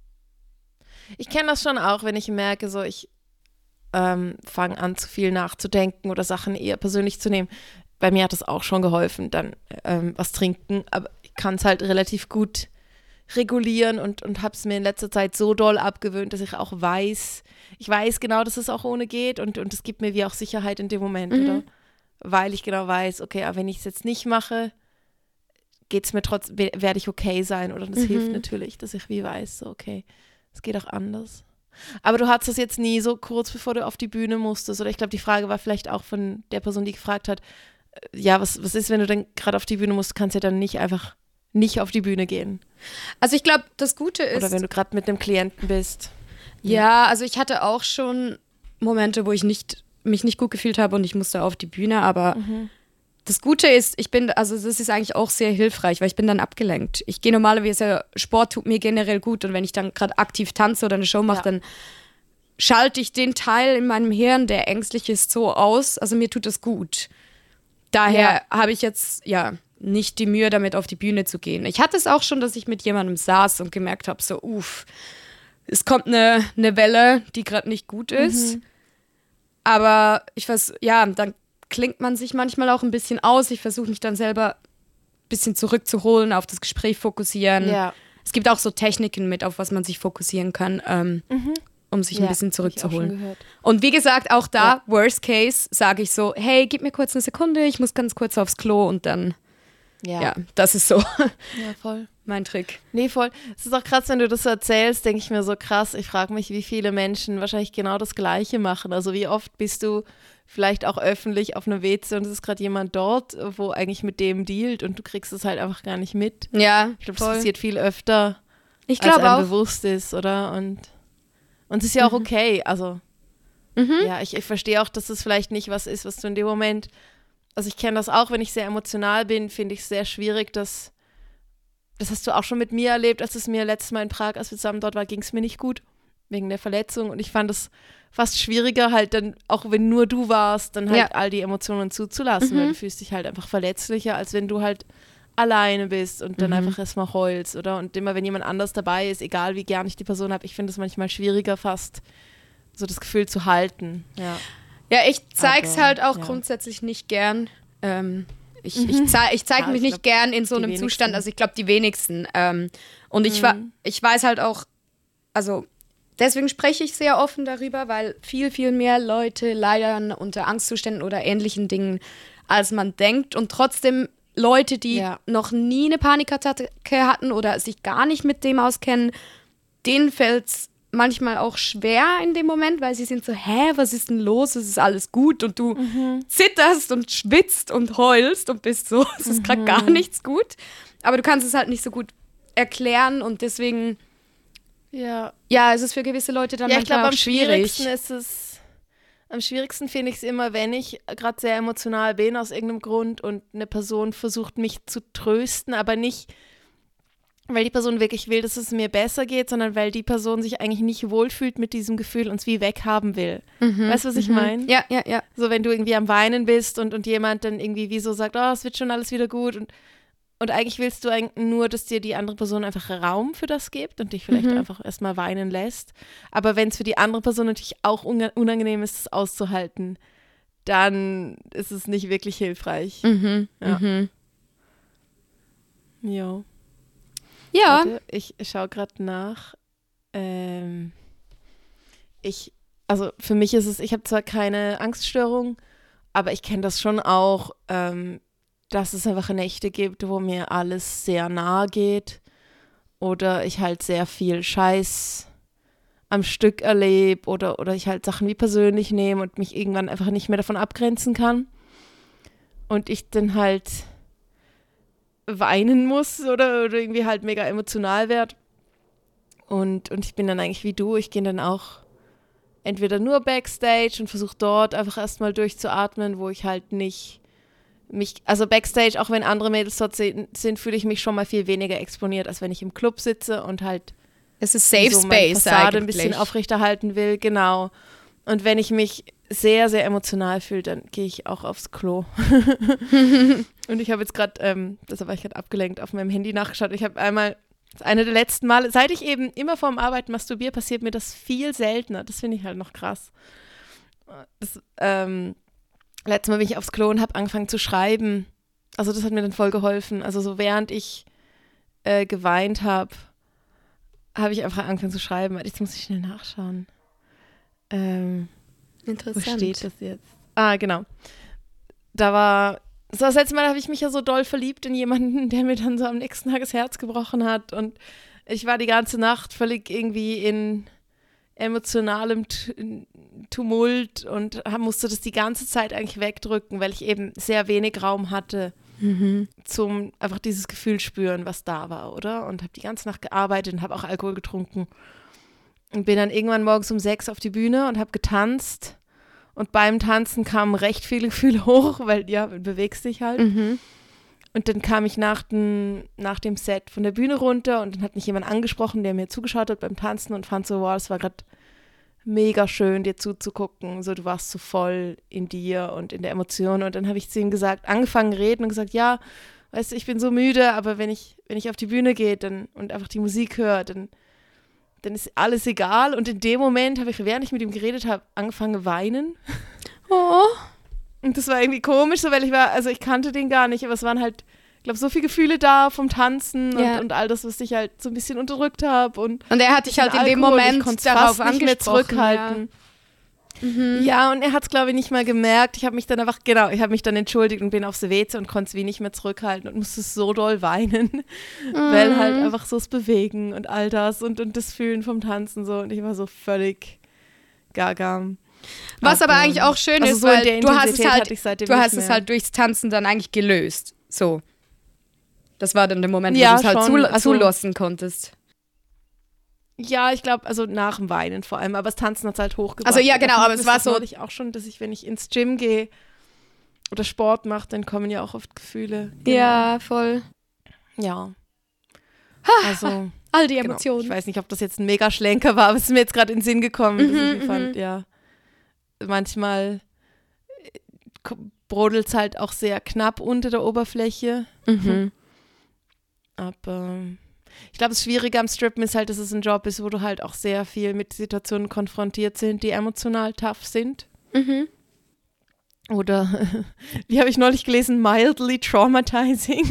Ich kenne das schon auch, wenn ich merke, so ich ähm, fange an, zu viel nachzudenken oder Sachen eher persönlich zu nehmen. Bei mir hat das auch schon geholfen, dann ähm, was trinken, aber ich kann es halt relativ gut regulieren und, und habe es mir in letzter Zeit so doll abgewöhnt, dass ich auch weiß, ich weiß genau, dass es auch ohne geht und, und es gibt mir wie auch Sicherheit in dem Moment, mhm. oder? Weil ich genau weiß, okay, aber wenn ich es jetzt nicht mache, geht's mir trotzdem, werde ich okay sein oder das mhm. hilft natürlich, dass ich wie weiß, so okay, es geht auch anders. Aber du hattest das jetzt nie so kurz bevor du auf die Bühne musstest oder ich glaube, die Frage war vielleicht auch von der Person, die gefragt hat, ja, was, was ist, wenn du dann gerade auf die Bühne musst, kannst du ja dann nicht einfach nicht auf die Bühne gehen. Also ich glaube, das Gute ist... Oder wenn du gerade mit einem Klienten bist. Ja, also ich hatte auch schon Momente, wo ich nicht mich nicht gut gefühlt habe und ich musste auf die Bühne, aber mhm. das Gute ist, ich bin, also das ist eigentlich auch sehr hilfreich, weil ich bin dann abgelenkt. Ich gehe normalerweise, Sport tut mir generell gut und wenn ich dann gerade aktiv tanze oder eine Show mache, ja. dann schalte ich den Teil in meinem Hirn, der ängstlich ist, so aus. Also mir tut das gut. Daher ja. habe ich jetzt, ja, nicht die Mühe, damit auf die Bühne zu gehen. Ich hatte es auch schon, dass ich mit jemandem saß und gemerkt habe, so, uff, es kommt eine, eine Welle, die gerade nicht gut ist. Mhm. Aber ich weiß, ja, dann klingt man sich manchmal auch ein bisschen aus. Ich versuche mich dann selber ein bisschen zurückzuholen, auf das Gespräch fokussieren. Ja. Es gibt auch so Techniken mit, auf was man sich fokussieren kann, ähm, mhm. um sich ja, ein bisschen zurückzuholen. Und wie gesagt, auch da, ja. Worst Case, sage ich so, hey, gib mir kurz eine Sekunde, ich muss ganz kurz aufs Klo und dann, ja, ja das ist so ja, voll. mein Trick. Nee, voll. Es ist auch krass, wenn du das so erzählst, denke ich mir so krass, ich frage mich, wie viele Menschen wahrscheinlich genau das Gleiche machen. Also wie oft bist du vielleicht auch öffentlich auf einer W C und es ist gerade jemand dort, wo eigentlich mit dem dealt und du kriegst es halt einfach gar nicht mit. Ja, ich glaube, das passiert viel öfter, ich als einem auch. bewusst ist, oder? Und, und es ist ja auch okay, also mhm. ja, ich, ich verstehe auch, dass es vielleicht nicht was ist, was du in dem Moment, also ich kenne das auch, wenn ich sehr emotional bin, finde ich es sehr schwierig, dass, das hast du auch schon mit mir erlebt, als es mir letztes Mal in Prag, als wir zusammen dort waren, ging es mir nicht gut, wegen der Verletzung und ich fand es fast schwieriger, halt dann, auch wenn nur du warst, dann halt ja. all die Emotionen zuzulassen, mhm. weil du fühlst dich halt einfach verletzlicher, als wenn du halt alleine bist und dann mhm. einfach erstmal heulst, oder? Und immer, wenn jemand anders dabei ist, egal wie gern ich die Person habe, ich finde es manchmal schwieriger, fast so das Gefühl zu halten. Ja, ja ich zeig's Aber, halt auch ja. grundsätzlich nicht gern. Ähm, ich, mhm. ich, zei- ich zeige ja, mich ich nicht glaub, gern in so einem wenigsten. Zustand, also ich glaube, die wenigsten. Ähm, und ich, mhm. ich weiß halt auch, also deswegen spreche ich sehr offen darüber, weil viel, viel mehr Leute leiden unter Angstzuständen oder ähnlichen Dingen, als man denkt. Und trotzdem Leute, die ja. noch nie eine Panikattacke hatten oder sich gar nicht mit dem auskennen, denen fällt es manchmal auch schwer in dem Moment, weil sie sind so, hä, was ist denn los? Es ist alles gut und du mhm. zitterst und schwitzt und heulst und bist so, es ist gerade mhm. gar nichts gut. Aber du kannst es halt nicht so gut erklären und deswegen ja, ja es ist für gewisse Leute dann ja, manchmal glaub, auch schwierig. Schwierigsten ist es Am schwierigsten finde ich es immer, wenn ich gerade sehr emotional bin aus irgendeinem Grund und eine Person versucht, mich zu trösten, aber nicht, weil die Person wirklich will, dass es mir besser geht, sondern weil die Person sich eigentlich nicht wohlfühlt mit diesem Gefühl und es wie weghaben will. Mhm, weißt du, was ich mhm. meine? Ja, ja, ja. So, wenn du irgendwie am Weinen bist und, und jemand dann irgendwie wie so sagt, oh, es wird schon alles wieder gut und Und eigentlich willst du eigentlich nur, dass dir die andere Person einfach Raum für das gibt und dich vielleicht mhm. einfach erstmal weinen lässt. Aber wenn es für die andere Person natürlich auch unangenehm ist, das auszuhalten, dann ist es nicht wirklich hilfreich. Mhm. Ja. Mhm. Jo. Ja. Warte, ich schaue gerade nach. Ähm, ich, also für mich ist es, ich habe zwar keine Angststörung, aber ich kenne das schon auch, ähm, dass es einfach Nächte gibt, wo mir alles sehr nahe geht oder ich halt sehr viel Scheiß am Stück erlebe oder, oder ich halt Sachen wie persönlich nehme und mich irgendwann einfach nicht mehr davon abgrenzen kann und ich dann halt weinen muss oder, oder irgendwie halt mega emotional werde und, und ich bin dann eigentlich wie du, ich gehe dann auch entweder nur Backstage und versuche dort einfach erstmal durchzuatmen, wo ich halt nicht mich, also Backstage, auch wenn andere Mädels dort sind, sind, fühle ich mich schon mal viel weniger exponiert, als wenn ich im Club sitze und halt es ist Safe so Space meine Fassade eigentlich. ein bisschen aufrechterhalten will, genau. Und wenn ich mich sehr, sehr emotional fühle, dann gehe ich auch aufs Klo. Und ich habe jetzt gerade, ähm, deshalb war ich gerade abgelenkt, auf meinem Handy nachgeschaut. Ich habe einmal, das ist eine der letzten Male, seit ich eben immer vorm Arbeiten masturbiere, passiert mir das viel seltener. Das finde ich halt noch krass. Das, ähm, Letztes Mal bin ich aufs Klo und habe angefangen zu schreiben. Also das hat mir dann voll geholfen. Also so während ich äh, geweint habe, habe ich einfach angefangen zu schreiben. Jetzt muss ich schnell nachschauen. Ähm, Interessant. Wo steht das jetzt? Ah, genau. Da war, so das letzte Mal habe ich mich ja so doll verliebt in jemanden, der mir dann so am nächsten Tag das Herz gebrochen hat. Und ich war die ganze Nacht völlig irgendwie in emotionalem T- Tumult und musste das die ganze Zeit eigentlich wegdrücken, weil ich eben sehr wenig Raum hatte, mhm. zum einfach dieses Gefühl spüren, was da war, oder? Und habe die ganze Nacht gearbeitet und habe auch Alkohol getrunken und bin dann irgendwann morgens um sechs auf die Bühne und habe getanzt Und beim Tanzen kamen recht viele Gefühle hoch, weil ja, du bewegst dich halt. Mhm. Und dann kam ich nach, den, nach dem Set von der Bühne runter und dann hat mich jemand angesprochen, der mir zugeschaut hat beim Tanzen und fand so, wow, das war gerade mega schön, dir zuzugucken. So, du warst so voll in dir und in der Emotion. Und dann habe ich zu ihm gesagt, angefangen reden und gesagt, ja, weißt du, ich bin so müde, aber wenn ich, wenn ich auf die Bühne gehe dann, und einfach die Musik höre, dann, dann ist alles egal. Und in dem Moment habe ich, während ich mit ihm geredet habe, angefangen zu weinen. Oh. Und das war irgendwie komisch, so, weil ich war, also ich kannte den gar nicht, aber es waren halt, ich glaube, so viele Gefühle da vom Tanzen ja. und, und all das, was ich halt so ein bisschen unterdrückt habe. Und, und er hat dich halt in Alkohol, dem Moment ich darauf fast nicht mehr zurückhalten. Ja, mhm. ja und er hat es, glaube ich, nicht mal gemerkt. Ich habe mich dann einfach, genau, ich habe mich dann entschuldigt und bin aufs W C und konnte es wie nicht mehr zurückhalten und musste so doll weinen, mhm. weil halt einfach so das Bewegen und all das und, und das Fühlen vom Tanzen so. Und ich war so völlig gaga. Was aber, aber eigentlich auch schön also ist, so weil du hast es halt, du hast mehr. es halt durchs Tanzen dann eigentlich gelöst. So. Das war dann der Moment, wo ja, du es halt zu, also, zulassen konntest. Ja, ich glaube, also nach dem Weinen vor allem, aber das Tanzen hat es halt hochgebracht. Also ja, genau, aber es war so. Ich auch schon, dass ich, wenn ich ins Gym gehe oder Sport mache, dann kommen ja auch oft Gefühle. Genau. Ja, voll. Ja. Also all die Emotionen. Genau. Ich weiß nicht, ob das jetzt ein Mega-Schlenker war, aber es ist mir jetzt gerade in den Sinn gekommen, dass mhm, ich fand, ja, manchmal brodelt es halt auch sehr knapp unter der Oberfläche. Mhm. Aber ich glaube, das Schwierige am Strippen ist halt, dass es ein Job ist, wo du halt auch sehr viel mit Situationen konfrontiert sind, die emotional tough sind. Mhm. Oder, wie habe ich neulich gelesen, mildly traumatizing.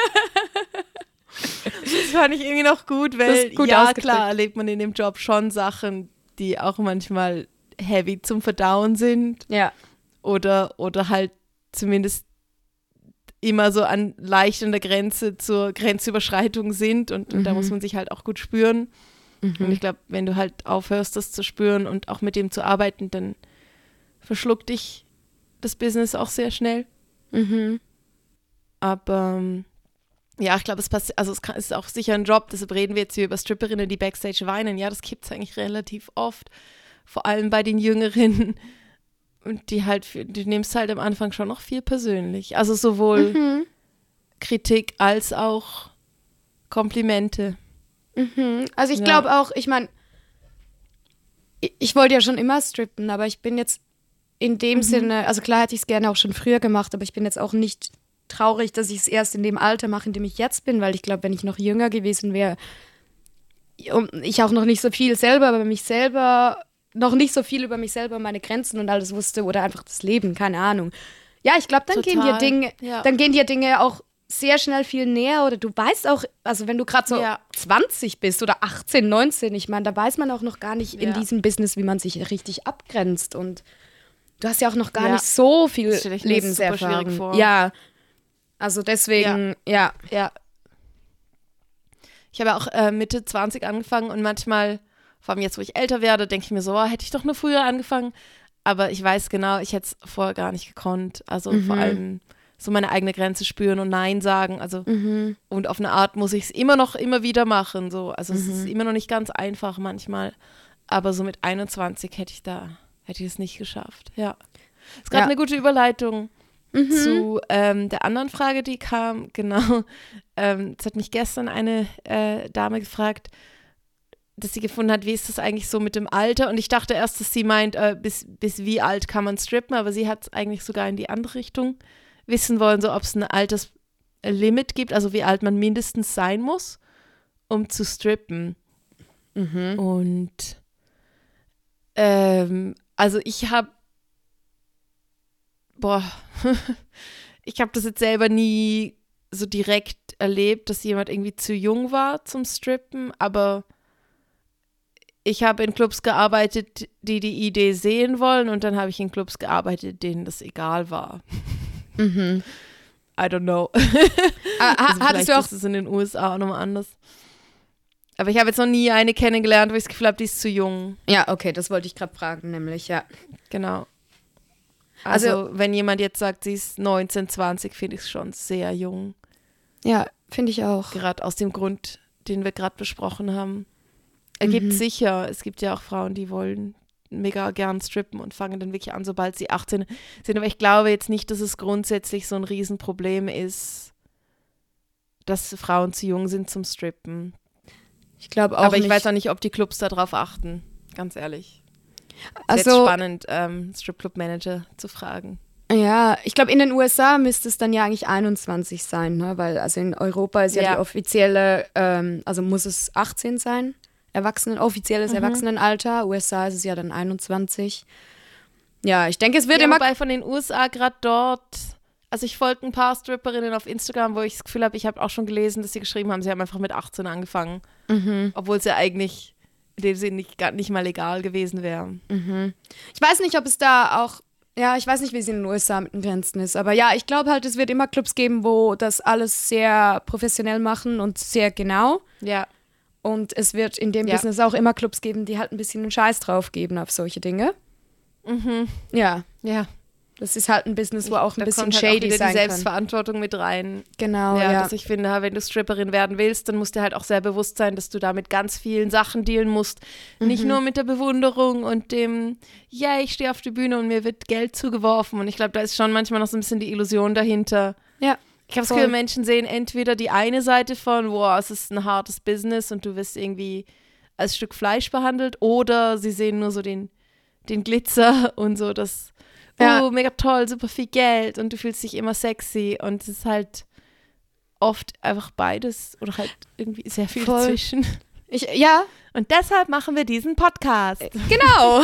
Das fand ich irgendwie noch gut, weil gut ja, klar erlebt man in dem Job schon Sachen, die auch manchmal heavy zum Verdauen sind. Ja. Oder, oder halt zumindest immer so an leicht an der Grenze zur Grenzüberschreitung sind und, und mhm. da muss man sich halt auch gut spüren. Mhm. Und ich glaube, wenn du halt aufhörst, das zu spüren und auch mit dem zu arbeiten, dann verschluckt dich das Business auch sehr schnell. Mhm. Aber ja, ich glaube, es passiert, also es kann, ist auch sicher ein Job, deshalb reden wir jetzt hier über Stripperinnen, die Backstage weinen. Ja, das gibt es eigentlich relativ oft, vor allem bei den Jüngeren. Und die halt, du nimmst halt am Anfang schon noch viel persönlich. Also sowohl mhm. Kritik als auch Komplimente. Mhm. Also ich ja. glaube auch, ich meine, ich, ich wollte ja schon immer strippen, aber ich bin jetzt in dem mhm. Sinne, also klar hätte ich es gerne auch schon früher gemacht, aber ich bin jetzt auch nicht traurig, dass ich es erst in dem Alter mache, in dem ich jetzt bin, weil ich glaube, wenn ich noch jünger gewesen wäre und ich auch noch nicht so viel selber über mich selber noch nicht so viel über mich selber, meine Grenzen und alles wusste oder einfach das Leben, keine Ahnung. Ja, ich glaube, dann gehen dir Dinge, ja. dann gehen dir Dinge auch sehr schnell viel näher oder du weißt auch, also wenn du gerade so ja. zwanzig bist oder achtzehn, neunzehn, ich meine, da weiß man auch noch gar nicht ja. in diesem Business, wie man sich richtig abgrenzt und du hast ja auch noch gar ja. nicht so viel Lebenserfahrung. Ja, also deswegen, ja. Ja. ja. Ich habe auch äh, Mitte zwanzig angefangen und manchmal vor allem jetzt, wo ich älter werde, denke ich mir so, oh, hätte ich doch nur früher angefangen. Aber ich weiß genau, ich hätte es vorher gar nicht gekonnt. Also mhm. vor allem so meine eigene Grenze spüren und Nein sagen. Also mhm. und auf eine Art muss ich es immer noch, immer wieder machen. So. Also mhm. es ist immer noch nicht ganz einfach manchmal. Aber so mit einundzwanzig hätte ich da, hätte ich es nicht geschafft. Ja. Es ist gerade ja. eine gute Überleitung mhm. zu ähm, der anderen Frage, die kam. Genau. Ähm, es hat mich gestern eine äh, Dame gefragt, dass sie gefunden hat, wie ist das eigentlich so mit dem Alter? Und ich dachte erst, dass sie meint, äh, bis, bis wie alt kann man strippen, aber sie hat es eigentlich sogar in die andere Richtung wissen wollen, so ob es ein Alterslimit gibt, also wie alt man mindestens sein muss, um zu strippen. Mhm. Und ähm, also ich habe boah, ich habe das jetzt selber nie so direkt erlebt, dass jemand irgendwie zu jung war zum Strippen, aber ich habe in Clubs gearbeitet, die die Idee sehen wollen und dann habe ich in Clubs gearbeitet, denen das egal war. Mhm. I don't know. Ah, also hattest du auch ist es in den U S A auch nochmal anders. Aber ich habe jetzt noch nie eine kennengelernt, wo ich das Gefühl habe, die ist zu jung. Ja, okay, das wollte ich gerade fragen, nämlich, ja. Genau. Also, Also wenn jemand jetzt sagt, sie ist neunzehn, zwanzig, finde ich es schon sehr jung. Ja, finde ich auch. Gerade aus dem Grund, den wir gerade besprochen haben. Es gibt Mhm. sicher, es gibt ja auch Frauen, die wollen mega gern strippen und fangen dann wirklich an, sobald sie achtzehn sind. Aber ich glaube jetzt nicht, dass es grundsätzlich so ein Riesenproblem ist, dass Frauen zu jung sind zum Strippen. Ich glaube auch Aber ich nicht. weiß auch nicht, ob die Clubs darauf achten, ganz ehrlich. Also, ist jetzt spannend, ähm, Stripclub-Manager zu fragen. Ja, ich glaube, in den U S A müsste es dann ja eigentlich einundzwanzig sein, ne? Weil also in Europa ist ja, Ja. die offizielle, ähm, also muss es achtzehn sein, Erwachsenen, offizielles Mhm. Erwachsenenalter. U S A ist es ja dann einundzwanzig. Ja, ich denke, es wird Ja, immer... wobei von den U S A gerade dort, also ich folge ein paar Stripperinnen auf Instagram, wo ich das Gefühl habe, ich habe auch schon gelesen, dass sie geschrieben haben, sie haben einfach mit achtzehn angefangen, Mhm. obwohl sie eigentlich in dem Sinne nicht, gar nicht mal legal gewesen wäre. Mhm. Ich weiß nicht, ob es da auch... Ja, ich weiß nicht, wie es in den U S A mit den Grenzen ist, aber ja, ich glaube halt, es wird immer Clubs geben, wo das alles sehr professionell machen und sehr genau. Ja. Und es wird in dem Ja. Business auch immer Clubs geben, die halt ein bisschen einen Scheiß drauf geben auf solche Dinge. Mhm. Ja, Ja. das ist halt ein Business, wo auch ein Da bisschen kommt halt auch shady wieder sein die kann. Selbstverantwortung mit rein. Genau, Ja, ja. dass ich finde, wenn du Stripperin werden willst, dann musst du halt auch sehr bewusst sein, dass du da mit ganz vielen Sachen dealen musst. Nicht Mhm. nur mit der Bewunderung und dem, ja, ich stehe auf der Bühne und mir wird Geld zugeworfen. Und ich glaube, da ist schon manchmal noch so ein bisschen die Illusion dahinter. Ja, Ich habe das voll. Gefühl, Menschen sehen entweder die eine Seite von, wow, es ist ein hartes Business und du wirst irgendwie als Stück Fleisch behandelt, oder sie sehen nur so den, den Glitzer und so das, Ja. oh, mega toll, super viel Geld und du fühlst dich immer sexy, und es ist halt oft einfach beides oder halt irgendwie sehr viel Voll. dazwischen. Ich, ja, Und deshalb machen wir diesen Podcast. genau.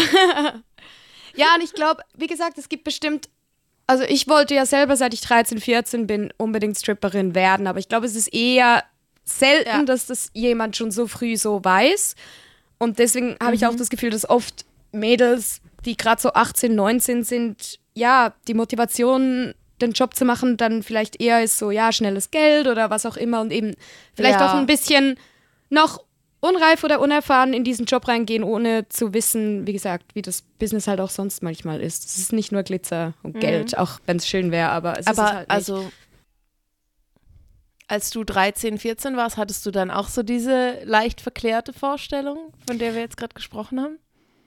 Ja, und ich glaube, wie gesagt, es gibt bestimmt, also ich wollte ja selber, seit ich dreizehn, vierzehn bin, unbedingt Stripperin werden, aber ich glaube, es ist eher selten, Ja. dass das jemand schon so früh so weiß. Und deswegen habe ich auch das Gefühl, dass oft Mädels, die gerade so achtzehn, neunzehn sind, ja, die Motivation, den Job zu machen, dann vielleicht eher ist so, ja, schnelles Geld oder was auch immer, und eben vielleicht Ja. auch ein bisschen noch unreif oder unerfahren in diesen Job reingehen, ohne zu wissen, wie gesagt, wie das Business halt auch sonst manchmal ist. Es ist nicht nur Glitzer und Geld, auch wenn es schön wäre, aber es ist Aber es halt nicht. also, als du dreizehn, vierzehn warst, hattest du dann auch so diese leicht verklärte Vorstellung, von der wir jetzt gerade gesprochen haben?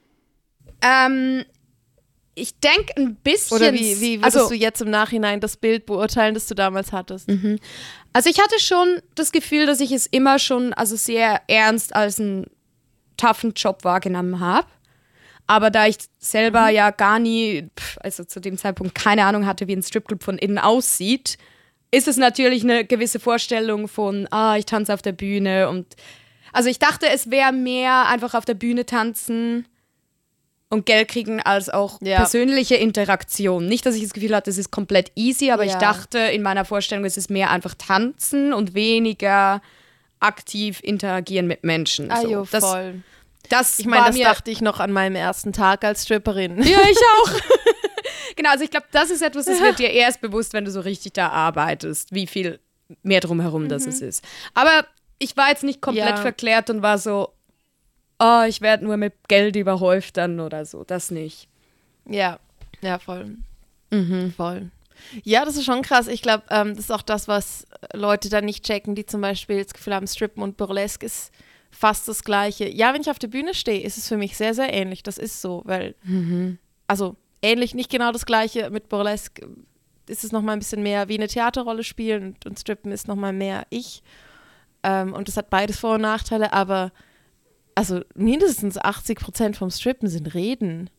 Ähm, ich denke ein bisschen. Oder wie, wie würdest also, du jetzt im Nachhinein das Bild beurteilen, das du damals hattest? Also ich hatte schon das Gefühl, dass ich es immer schon also sehr ernst als einen toughen Job wahrgenommen habe. Aber da ich selber ja gar nie, pf, also zu dem Zeitpunkt keine Ahnung hatte, wie ein Stripclub von innen aussieht, ist es natürlich eine gewisse Vorstellung von, ah, ich tanze auf der Bühne. Und also ich dachte, es wäre mehr einfach auf der Bühne tanzen und Geld kriegen als auch Ja. persönliche Interaktion. Nicht, dass ich das Gefühl hatte, es ist komplett easy, aber Ja. ich dachte in meiner Vorstellung, es ist mehr einfach tanzen und weniger aktiv interagieren mit Menschen. Ah, so. jo, das, voll. das Ich meine, war das mir, dachte ich noch an meinem ersten Tag als Stripperin. Ja, ich auch. Genau, also ich glaube, das ist etwas, das wird dir erst bewusst, wenn du so richtig da arbeitest, wie viel mehr drumherum das es ist. Aber ich war jetzt nicht komplett Ja. verklärt und war so, oh, ich werde nur mit Geld überhäuft dann oder so. Das nicht. Ja, ja, voll. Voll. Ja, das ist schon krass. Ich glaube, ähm, das ist auch das, was Leute dann nicht checken, die zum Beispiel das Gefühl haben, Strippen und Burlesque ist fast das Gleiche. Ja, wenn ich auf der Bühne stehe, ist es für mich sehr, sehr ähnlich. Das ist so, weil, also ähnlich, nicht genau das Gleiche. Mit Burlesque ist es nochmal ein bisschen mehr wie eine Theaterrolle spielen, und, und Strippen ist nochmal mehr ich. Ähm, und das hat beides Vor- und Nachteile, aber also mindestens achtzig Prozent vom Strippen sind Reden.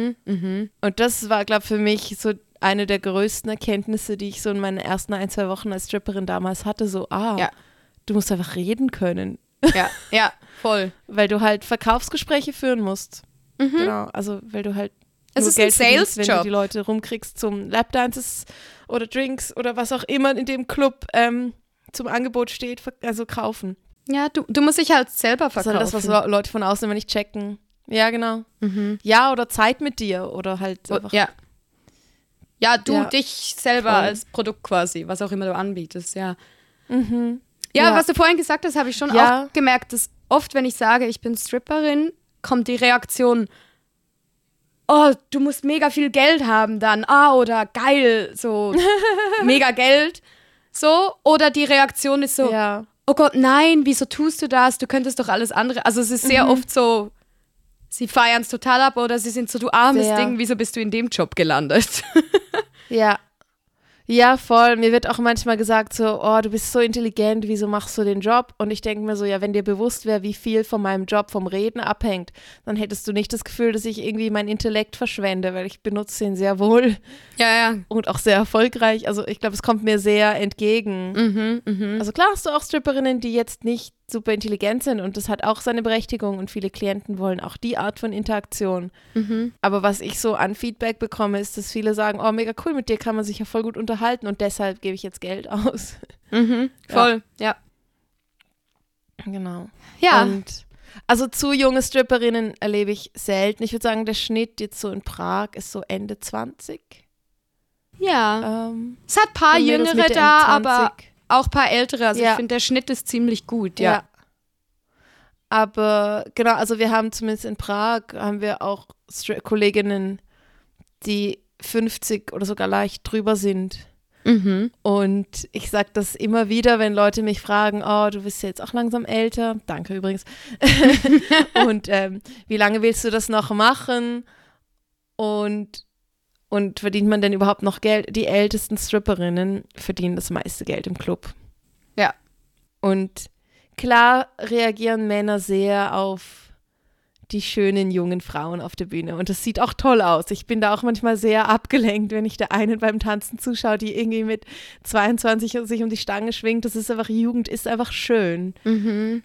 Und das war, glaube ich, für mich so eine der größten Erkenntnisse, die ich so in meinen ersten ein, zwei Wochen als Stripperin damals hatte. So, ah, Ja. du musst einfach reden können, Ja, ja, voll. weil du halt Verkaufsgespräche führen musst. Genau, also weil du halt Es nur ist ein Geld verdienst, wenn du Sales-Job. die Leute rumkriegst zum Lapdances oder Drinks oder was auch immer in dem Club ähm, zum Angebot steht, ver- also kaufen. Ja, du, du musst dich halt selber Das ist verkaufen. halt das, was Le- Leute von außen immer nicht checken. Ja, genau. Ja, oder Zeit mit dir oder halt einfach. Ja. Ja, du Ja. dich selber Voll. als Produkt quasi, was auch immer du anbietest, ja. Mhm. Ja, Ja. was du vorhin gesagt hast, habe ich schon Ja. auch gemerkt, dass oft, wenn ich sage, ich bin Stripperin, kommt die Reaktion, oh, du musst mega viel Geld haben dann, ah, oder geil, so mega Geld, so. Oder die Reaktion ist so, Ja. oh Gott, nein, wieso tust du das? Du könntest doch alles andere. Also es ist sehr oft so Sie feiern es total ab oder sie sind so, du armes Sehr. Ding, wieso bist du in dem Job gelandet? Ja. Ja, voll. Mir wird auch manchmal gesagt so, oh, du bist so intelligent, wieso machst du den Job? Und ich denke mir so, ja, wenn dir bewusst wäre, wie viel von meinem Job vom Reden abhängt, dann hättest du nicht das Gefühl, dass ich irgendwie meinen Intellekt verschwende, weil ich benutze ihn sehr wohl Ja, ja. und auch sehr erfolgreich. Also ich glaube, es kommt mir sehr entgegen. Mhm, mhm. Also klar hast du auch Stripperinnen, die jetzt nicht super intelligent sind und das hat auch seine Berechtigung und viele Klienten wollen auch die Art von Interaktion. Mhm. Aber was ich so an Feedback bekomme, ist, dass viele sagen, oh mega cool, mit dir kann man sich ja voll gut unterhalten und deshalb gebe ich jetzt Geld aus. Mhm. Voll, ja. Genau. Ja. Und also zu junge Stripperinnen erlebe ich selten. Ich würde sagen, der Schnitt jetzt so in Prag ist so Ende zwanzig. Ja. Ähm, Es hat ein paar und Mädels Jüngere Mitte, da, Ende aber zwanzig. auch ein paar Ältere. Also Ja. ich finde, der Schnitt ist ziemlich gut, ja. Ja. Aber genau, also wir haben zumindest in Prag, haben wir auch Stri- Kolleginnen, die fünfzig oder sogar leicht drüber sind. Mhm. Und ich sage das immer wieder, wenn Leute mich fragen, oh, du bist ja jetzt auch langsam älter. Danke übrigens. Und ähm, wie lange willst du das noch machen? Und, und verdient man denn überhaupt noch Geld? Die ältesten Stripperinnen verdienen das meiste Geld im Club. Ja. Und klar reagieren Männer sehr auf die schönen jungen Frauen auf der Bühne. Und das sieht auch toll aus. Ich bin da auch manchmal sehr abgelenkt, wenn ich der einen beim Tanzen zuschaue, die irgendwie mit zweiundzwanzig sich um die Stange schwingt. Das ist einfach, Jugend ist einfach schön. Mhm.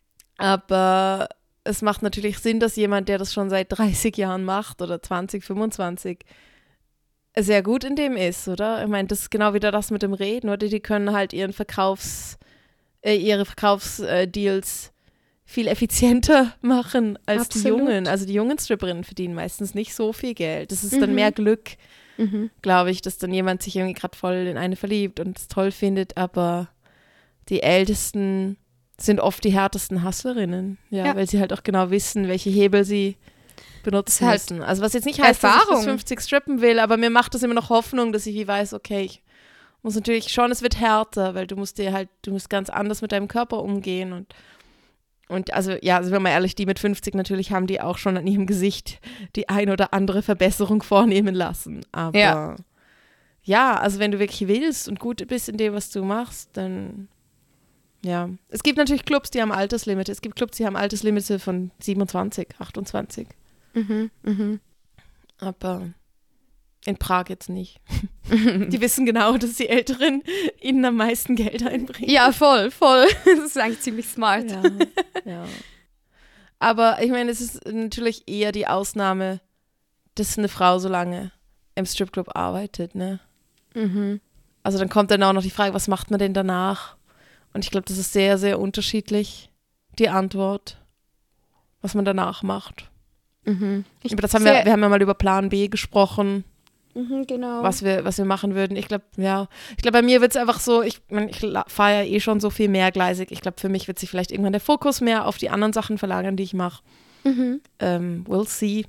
Aber es macht natürlich Sinn, dass jemand, der das schon seit dreißig Jahren macht oder zwanzig, fünfundzwanzig, sehr gut in dem ist, oder? Ich meine, das ist genau wieder das mit dem Reden, oder? Die können halt ihren Verkaufs, äh, ihre Verkaufsdeals viel effizienter machen als Absolut. die Jungen. Also die jungen Stripperinnen verdienen meistens nicht so viel Geld. Das ist dann Mhm. mehr Glück, Mhm. glaube ich, dass dann jemand sich irgendwie gerade voll in eine verliebt und es toll findet, aber die Ältesten sind oft die härtesten Hustlerinnen, ja, Ja. weil sie halt auch genau wissen, welche Hebel sie benutzen halt müssen. Also was jetzt nicht heißt, dass ich Erfahrung. bis fünfzig strippen will, aber mir macht das immer noch Hoffnung, dass ich wie weiß, okay, ich muss natürlich schon, es wird härter, weil du musst dir halt, du musst ganz anders mit deinem Körper umgehen und Und also, ja, also wenn man ehrlich, die mit fünfzig natürlich haben die auch schon an ihrem Gesicht die ein oder andere Verbesserung vornehmen lassen. Aber Ja. ja, also wenn du wirklich willst und gut bist in dem, was du machst, dann ja. Es gibt natürlich Clubs, die haben Alterslimite. Es gibt Clubs, die haben Alterslimite von siebenundzwanzig, achtundzwanzig. Mhm. Mhm. Aber in Prag jetzt nicht. Die wissen genau, dass die Älteren ihnen am meisten Geld einbringen. Ja, voll, voll. Das ist eigentlich ziemlich smart. Ja, ja. Aber ich meine, es ist natürlich eher die Ausnahme, dass eine Frau so lange im Stripclub arbeitet, ne? Mhm. Also dann kommt dann auch noch die Frage, was macht man denn danach? Und ich glaube, das ist sehr, sehr unterschiedlich, die Antwort, was man danach macht. Mhm. Ich Aber das haben wir, sehr- wir haben ja mal über Plan B gesprochen, Mhm, genau. was wir, was wir machen würden. Ich glaube, ja, ich glaube, bei mir wird es einfach so, ich meine, ich fahre ja eh schon so viel mehrgleisig. Ich glaube, für mich wird sich vielleicht irgendwann der Fokus mehr auf die anderen Sachen verlagern, die ich mache. Mhm. Ähm, we'll see.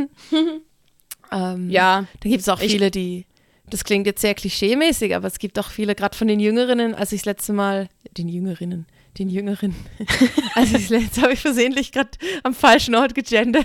ähm, Ja. Da gibt es auch Ich- viele, die, das klingt jetzt sehr klischeemäßig, aber es gibt auch viele, gerade von den Jüngerinnen, als ich das letzte Mal, den Jüngerinnen, den Jüngeren, als ich das letzte, habe ich versehentlich gerade am falschen Ort gegendert.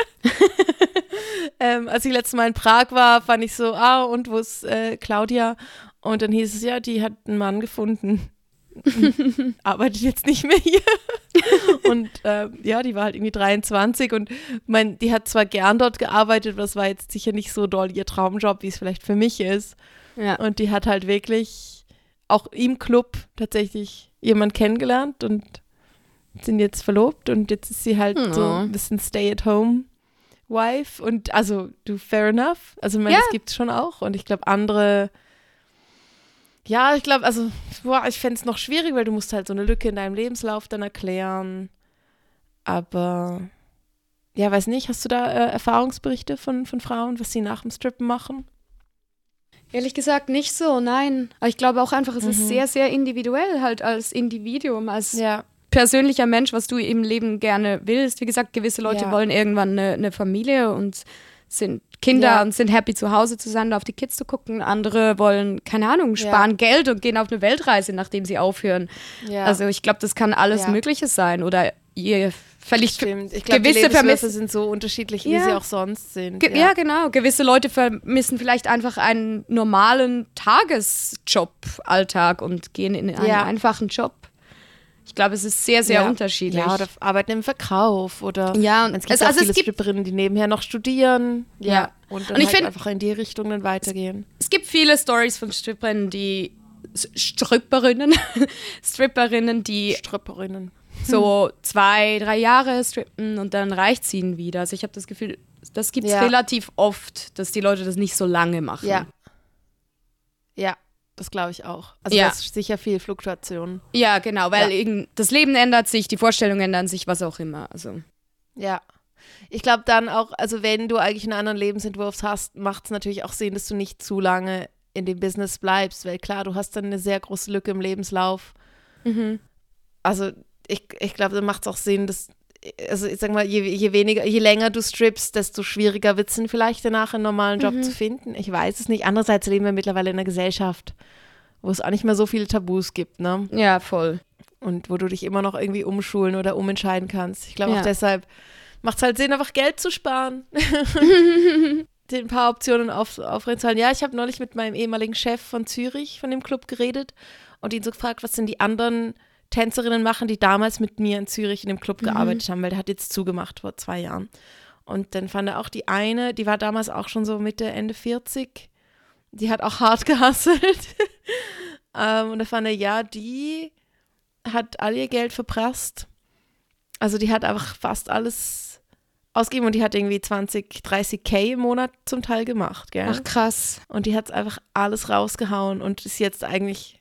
ähm, als ich letztes Mal in Prag war, fand ich so, ah, und wo ist äh, Claudia? Und dann hieß es, ja, die hat einen Mann gefunden. Arbeitet jetzt nicht mehr hier. Und äh, ja, die war halt irgendwie dreiundzwanzig und mein, die hat zwar gern dort gearbeitet, aber das war jetzt sicher nicht so doll ihr Traumjob, wie es vielleicht für mich ist. Ja. Und die hat halt wirklich auch im Club tatsächlich jemand kennengelernt und sind jetzt verlobt und jetzt ist sie halt Oh. so ein bisschen Stay-at-home-Wife und also du, fair enough. Also ich meine, Ja. das gibt es schon auch und ich glaube andere, ja, ich glaube, also boah, ich fände es noch schwierig, weil du musst halt so eine Lücke in deinem Lebenslauf dann erklären, aber ja, weiß nicht, hast du da äh, Erfahrungsberichte von, von Frauen, was sie nach dem Strippen machen? Ehrlich gesagt nicht so, nein. Aber ich glaube auch einfach, es Mhm. ist sehr, sehr individuell halt als Individuum, als Ja. persönlicher Mensch, was du im Leben gerne willst. Wie gesagt, gewisse Leute Ja. wollen irgendwann eine, eine Familie und sind Kinder Ja. und sind happy zu Hause zu sein, auf die Kids zu gucken. Andere wollen, keine Ahnung, Ja. sparen Geld und gehen auf eine Weltreise, nachdem sie aufhören. Ja. Also ich glaube, das kann alles Ja. Mögliche sein. Oder ihr Vielleicht Stimmt. Ich glaube, die gewisse Lebenswürfe vermissen- sind so unterschiedlich, wie Ja. sie auch sonst sind. Ge- ja. genau. Gewisse Leute vermissen vielleicht einfach einen normalen Tagesjob-Alltag und gehen in einen Ja. einfachen Job. Ich glaube, es ist sehr, sehr ja. unterschiedlich. Ja, oder arbeiten im Verkauf oder Ja, und es gibt es- auch also es viele gibt- Stripperinnen, die nebenher noch studieren. Ja. Ja. Und dann Und ich halt find- einfach in die Richtung dann weitergehen. Es gibt viele Stories von Stripperinnen, die S- Stripperinnen, Stripperinnen, die Stripperinnen. so zwei, drei Jahre strippen und dann reicht's ihnen wieder. Also ich habe das Gefühl, das gibt es Ja. relativ oft, dass die Leute das nicht so lange machen. Ja. Ja, das glaube ich auch. Also Ja. da ist sicher viel Fluktuation. Ja, genau, weil Ja. irgend- das Leben ändert sich, die Vorstellungen ändern sich, was auch immer. Also Ja. Ich glaube dann auch, also wenn du eigentlich einen anderen Lebensentwurf hast, macht es natürlich auch Sinn, dass du nicht zu lange in dem Business bleibst, weil klar, du hast dann eine sehr große Lücke im Lebenslauf. mhm. Also ich, ich glaube, dann macht es auch Sinn, dass, also ich sag mal, je, je weniger, je länger du strippst, desto schwieriger wird es dann vielleicht danach einen normalen Job zu finden. Ich weiß es nicht. Andererseits leben wir mittlerweile in einer Gesellschaft, wo es auch nicht mehr so viele Tabus gibt, ne? Ja, voll. Und wo du dich immer noch irgendwie umschulen oder umentscheiden kannst. Ich glaube Ja. auch deshalb macht es halt Sinn, einfach Geld zu sparen. Den paar Optionen auf, aufrechtzuhalten. Ja, ich habe neulich mit meinem ehemaligen Chef von Zürich, von dem Club, geredet und ihn so gefragt, was denn die anderen Tänzerinnen machen, die damals mit mir in Zürich in dem Club gearbeitet haben, weil der hat jetzt zugemacht vor zwei Jahren. Und dann fand er auch die eine, die war damals auch schon so Mitte, Ende vierzig, die hat auch hart gehustelt. ähm, und da fand er, ja, die hat all ihr Geld verprasst. Also die hat einfach fast alles ausgegeben und die hat irgendwie zwanzig, dreißig K im Monat zum Teil gemacht, gell? Ach, krass. Und die hat einfach alles rausgehauen und ist jetzt eigentlich,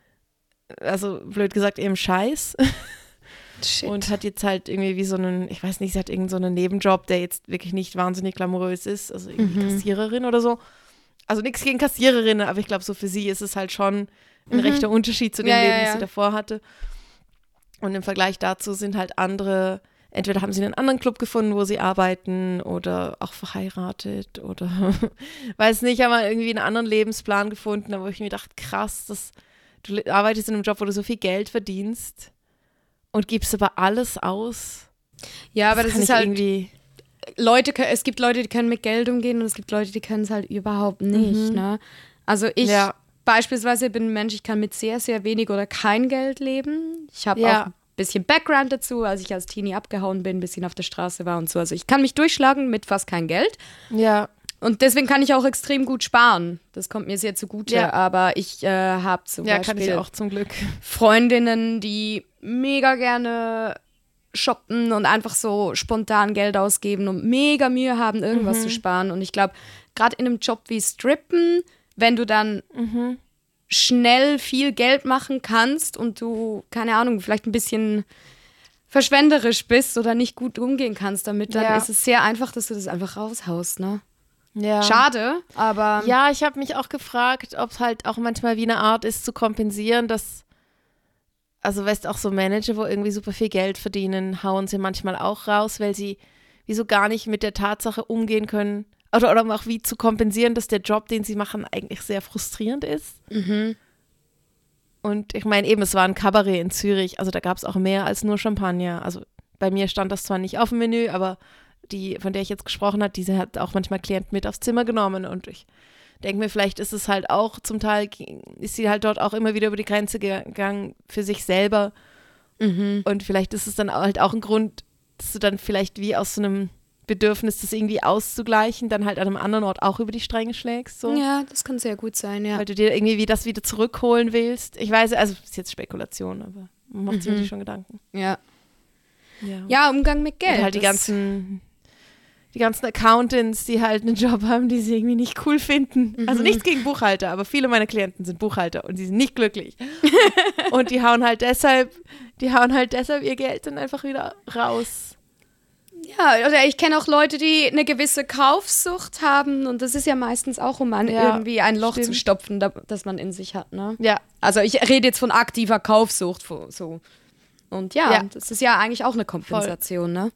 also blöd gesagt, eben Scheiß. Shit. Und hat jetzt halt irgendwie wie so einen, ich weiß nicht, sie hat irgend so einen Nebenjob, der jetzt wirklich nicht wahnsinnig glamourös ist, also irgendwie Mhm. Kassiererin oder so. Also nichts gegen Kassiererinnen, aber ich glaube, so für sie ist es halt schon ein Mhm. rechter Unterschied zu dem Ja, Leben, ja, das ja. sie davor hatte. Und im Vergleich dazu sind halt andere, entweder haben sie einen anderen Club gefunden, wo sie arbeiten oder auch verheiratet oder weiß nicht, haben wir irgendwie einen anderen Lebensplan gefunden, wo ich mir dachte, krass, das, du arbeitest in einem Job, wo du so viel Geld verdienst und gibst aber alles aus. Ja, aber das, kann ist ich halt, irgendwie, Leute, kö- es gibt Leute, die können mit Geld umgehen und es gibt Leute, die können es halt überhaupt nicht, Mhm. ne? Also ich Ja. beispielsweise bin ein Mensch, ich kann mit sehr, sehr wenig oder kein Geld leben. Ich habe Ja. auch ein bisschen Background dazu, als ich als Teenie abgehauen bin, ein bisschen auf der Straße war und so. Also ich kann mich durchschlagen mit fast kein Geld. ja, Und deswegen kann ich auch extrem gut sparen. Das kommt mir sehr zugute. Ja. Aber ich äh, habe zum ja, kann Beispiel ich auch zum Glück. Freundinnen, die mega gerne shoppen und einfach so spontan Geld ausgeben und mega Mühe haben, irgendwas Mhm. zu sparen. Und ich glaube, gerade in einem Job wie Strippen, wenn du dann Mhm. schnell viel Geld machen kannst und du, keine Ahnung, vielleicht ein bisschen verschwenderisch bist oder nicht gut umgehen kannst damit, dann Ja. ist es sehr einfach, dass du das einfach raushaust, ne? Ja. Schade, aber Ja, ich habe mich auch gefragt, ob es halt auch manchmal wie eine Art ist, zu kompensieren, dass, also weißt auch so Manager, wo irgendwie super viel Geld verdienen, hauen sie manchmal auch raus, weil sie wie so gar nicht mit der Tatsache umgehen können, oder, oder um auch wie zu kompensieren, dass der Job, den sie machen, eigentlich sehr frustrierend ist. Mhm. Und ich meine eben, es war ein Kabarett in Zürich, also da gab es auch mehr als nur Champagner. Also bei mir stand das zwar nicht auf dem Menü, aber die, von der ich jetzt gesprochen habe, diese hat auch manchmal Klienten mit aufs Zimmer genommen und ich denke mir, vielleicht ist es halt auch, zum Teil ist sie halt dort auch immer wieder über die Grenze gegangen für sich selber Mhm. und vielleicht ist es dann halt auch ein Grund, dass du dann vielleicht wie aus so einem Bedürfnis, das irgendwie auszugleichen, dann halt an einem anderen Ort auch über die Stränge schlägst, so. Ja, das kann sehr gut sein, ja. Weil du dir irgendwie wie das wieder zurückholen willst. Ich weiß, also das ist jetzt Spekulation, aber man macht sich Mhm. wirklich schon Gedanken. Ja. Ja. Ja, Umgang mit Geld. Und halt die das- ganzen, die ganzen Accountants, die halt einen Job haben, die sie irgendwie nicht cool finden. Mhm. Also nichts gegen Buchhalter, aber viele meiner Klienten sind Buchhalter und die sind nicht glücklich. Und die hauen halt deshalb, die hauen halt deshalb ihr Geld dann einfach wieder raus. Ja, oder ich kenne auch Leute, die eine gewisse Kaufsucht haben und das ist ja meistens auch, um an Ja, irgendwie ein Loch stimmt. zu stopfen, da, das man in sich hat, ne? Ja, Also ich rede jetzt von aktiver Kaufsucht, vo- so. Und ja, Ja. das ist ja eigentlich auch eine Kompensation, ne?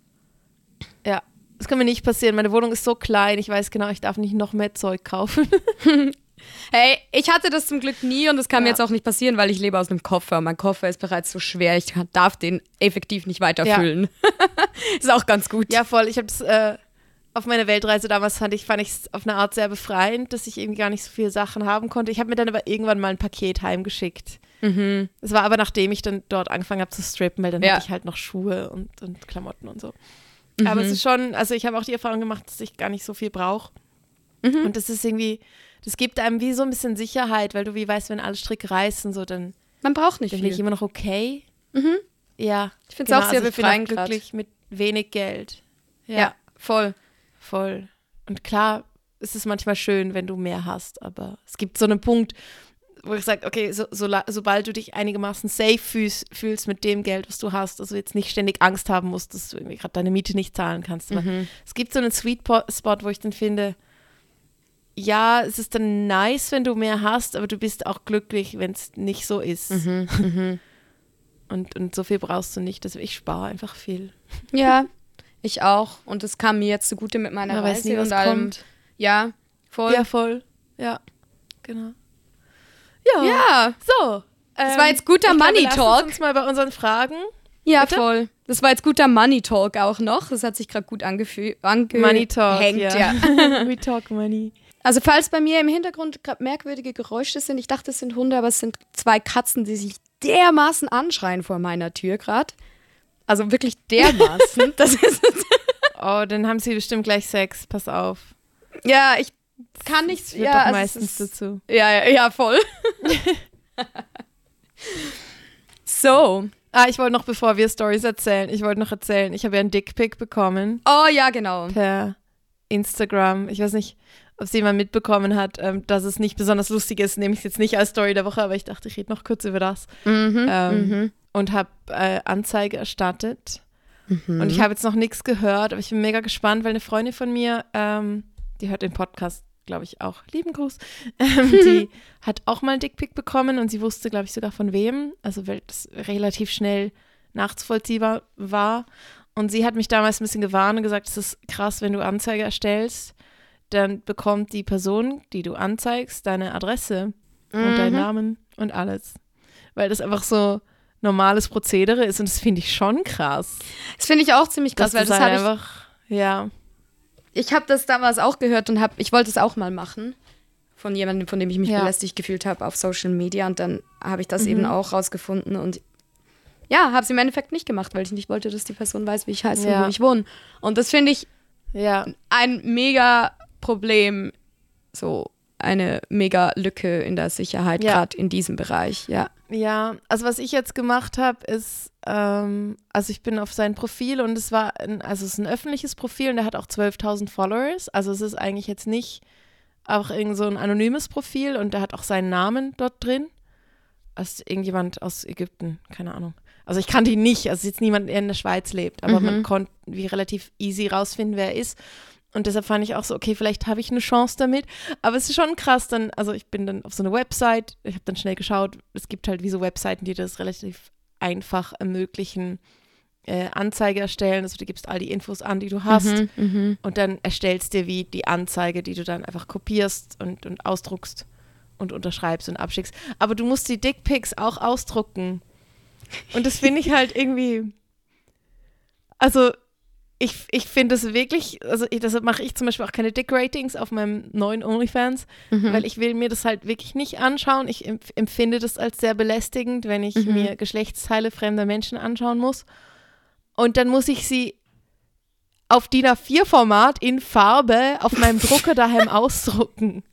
ja. Das kann mir nicht passieren. Meine Wohnung ist so klein, ich weiß genau, ich darf nicht noch mehr Zeug kaufen. Hey, ich hatte das zum Glück nie und das kann Ja. mir jetzt auch nicht passieren, weil ich lebe aus einem Koffer. Mein Koffer ist bereits so schwer, ich darf den effektiv nicht weiterfüllen. Ja. Ist auch ganz gut. Ja, voll. Ich habe es äh, auf meiner Weltreise damals, fand ich fand es auf eine Art sehr befreiend, dass ich irgendwie gar nicht so viele Sachen haben konnte. Ich habe mir dann aber irgendwann mal ein Paket heimgeschickt. Mhm. Es war aber, nachdem ich dann dort angefangen habe zu strippen, weil dann Ja. hatte ich halt noch Schuhe und, und Klamotten und so. Mhm. Aber es ist schon, also ich habe auch die Erfahrung gemacht, dass ich gar nicht so viel brauche. Mhm. Und das ist irgendwie, das gibt einem wie so ein bisschen Sicherheit, weil du wie weißt, wenn alle Stricke reißen, so dann, Man braucht nicht dann bin ich viel. immer noch okay. Mhm. Ja. Ich finde es auch sehr also ich bin befreiend auch glücklich mit wenig Geld. Ja, Ja, voll. voll. Und klar, es ist manchmal schön, wenn du mehr hast, aber es gibt so einen Punkt, wo ich sage, okay, so, so, sobald du dich einigermaßen safe fühlst, fühlst mit dem Geld, was du hast, also jetzt nicht ständig Angst haben musst, dass du irgendwie gerade deine Miete nicht zahlen kannst. Aber Mhm. es gibt so einen Sweet Spot, wo ich dann finde, ja, es ist dann nice, wenn du mehr hast, aber du bist auch glücklich, wenn es nicht so ist. Mhm. Mhm. Und, und so viel brauchst du nicht. Also ich spare einfach viel. Ja, ich auch. Und das kam mir jetzt zugute mit meiner Man weiß Reise nie, was und allem. kommt. Ja, voll. Ja, voll. Ja, genau. Ja, Ja, so. das war jetzt guter ich glaube, Money lass Talk. uns mal bei unseren Fragen. Ja, Bitte? voll. Das war jetzt guter Money Talk auch noch. Das hat sich gerade gut angefühlt. Money Talk, Hängt, ja. ja. We talk money. Also falls bei mir im Hintergrund gerade merkwürdige Geräusche sind, ich dachte, es sind Hunde, aber es sind zwei Katzen, die sich dermaßen anschreien vor meiner Tür gerade. Also wirklich dermaßen. Das ist Oh, dann haben sie bestimmt gleich Sex. Pass auf. ja, ich kann nichts. Das wird Ja, doch also meistens es ist, dazu. ja, ja, ja, voll. So. Ah, ich wollte noch, bevor wir Stories erzählen, ich wollte noch erzählen, ich habe ja einen Dickpic bekommen Oh ja, genau. per Instagram. Ich weiß nicht, ob es jemand mitbekommen hat, ähm, dass es nicht besonders lustig ist. Nehme ich es jetzt nicht als Story der Woche, aber ich dachte, ich rede noch kurz über das. Mhm, Ähm, mhm. Und habe äh, Anzeige erstattet. Mhm. Und ich habe jetzt noch nichts gehört, aber ich bin mega gespannt, weil eine Freundin von mir, ähm, die hört den Podcast, glaube ich, auch. Lieben Gruß. Ähm, die hat auch mal einen Dickpic bekommen und sie wusste, glaube ich, sogar von wem. Also, weil das relativ schnell nachvollziehbar war. Und sie hat mich damals ein bisschen gewarnt und gesagt, es ist krass, wenn du Anzeige erstellst, dann bekommt die Person, die du anzeigst, deine Adresse und deinen Mhm. Namen und alles. Weil das einfach so normales Prozedere ist und das finde ich schon krass. Das finde ich auch ziemlich krass, Dass weil das das halt habe ich einfach, ja. Ich habe das damals auch gehört und hab, ich wollte es auch mal machen. Von jemandem, von dem ich mich Ja. belästigt gefühlt habe auf Social Media. Und dann habe ich das Mhm. eben auch rausgefunden. Und ja, habe es im Endeffekt nicht gemacht, weil ich nicht wollte, dass die Person weiß, wie ich heiße Ja. und wo ich wohne. Und das finde ich Ja, ein mega Problem. So eine mega Lücke in der Sicherheit, Ja. gerade in diesem Bereich. Ja. ja. Also was ich jetzt gemacht habe, ist, ähm, also ich bin auf sein Profil und es war, ein, also es ist ein öffentliches Profil und er hat auch zwölftausend Followers. Also es ist eigentlich jetzt nicht auch irgend so ein anonymes Profil und er hat auch seinen Namen dort drin. Also irgendjemand aus Ägypten, keine Ahnung. Also ich kannte ihn nicht, also es ist jetzt niemand, der in der Schweiz lebt, aber Mhm. man konnte wie relativ easy rausfinden, wer er ist. Und deshalb fand ich auch so, okay, vielleicht habe ich eine Chance damit. Aber es ist schon krass dann, also ich bin dann auf so eine Website, ich habe dann schnell geschaut, es gibt halt wie so Webseiten, die das relativ einfach ermöglichen, äh, Anzeige erstellen. Also du gibst all die Infos an, die du hast Mhm, mhm. und dann erstellst dir wie die Anzeige, die du dann einfach kopierst und, und ausdruckst und unterschreibst und abschickst. Aber du musst die Dickpics auch ausdrucken. Und das finde ich halt irgendwie, also ich, ich finde das wirklich, also ich, deshalb mache ich zum Beispiel auch keine Dick-Ratings auf meinem neuen OnlyFans, Mhm. weil ich will mir das halt wirklich nicht anschauen. Ich empf- empfinde das als sehr belästigend, wenn ich Mhm. mir Geschlechtsteile fremder Menschen anschauen muss. Und dann muss ich sie auf D I N A vier Format in Farbe auf meinem Drucker daheim ausdrucken.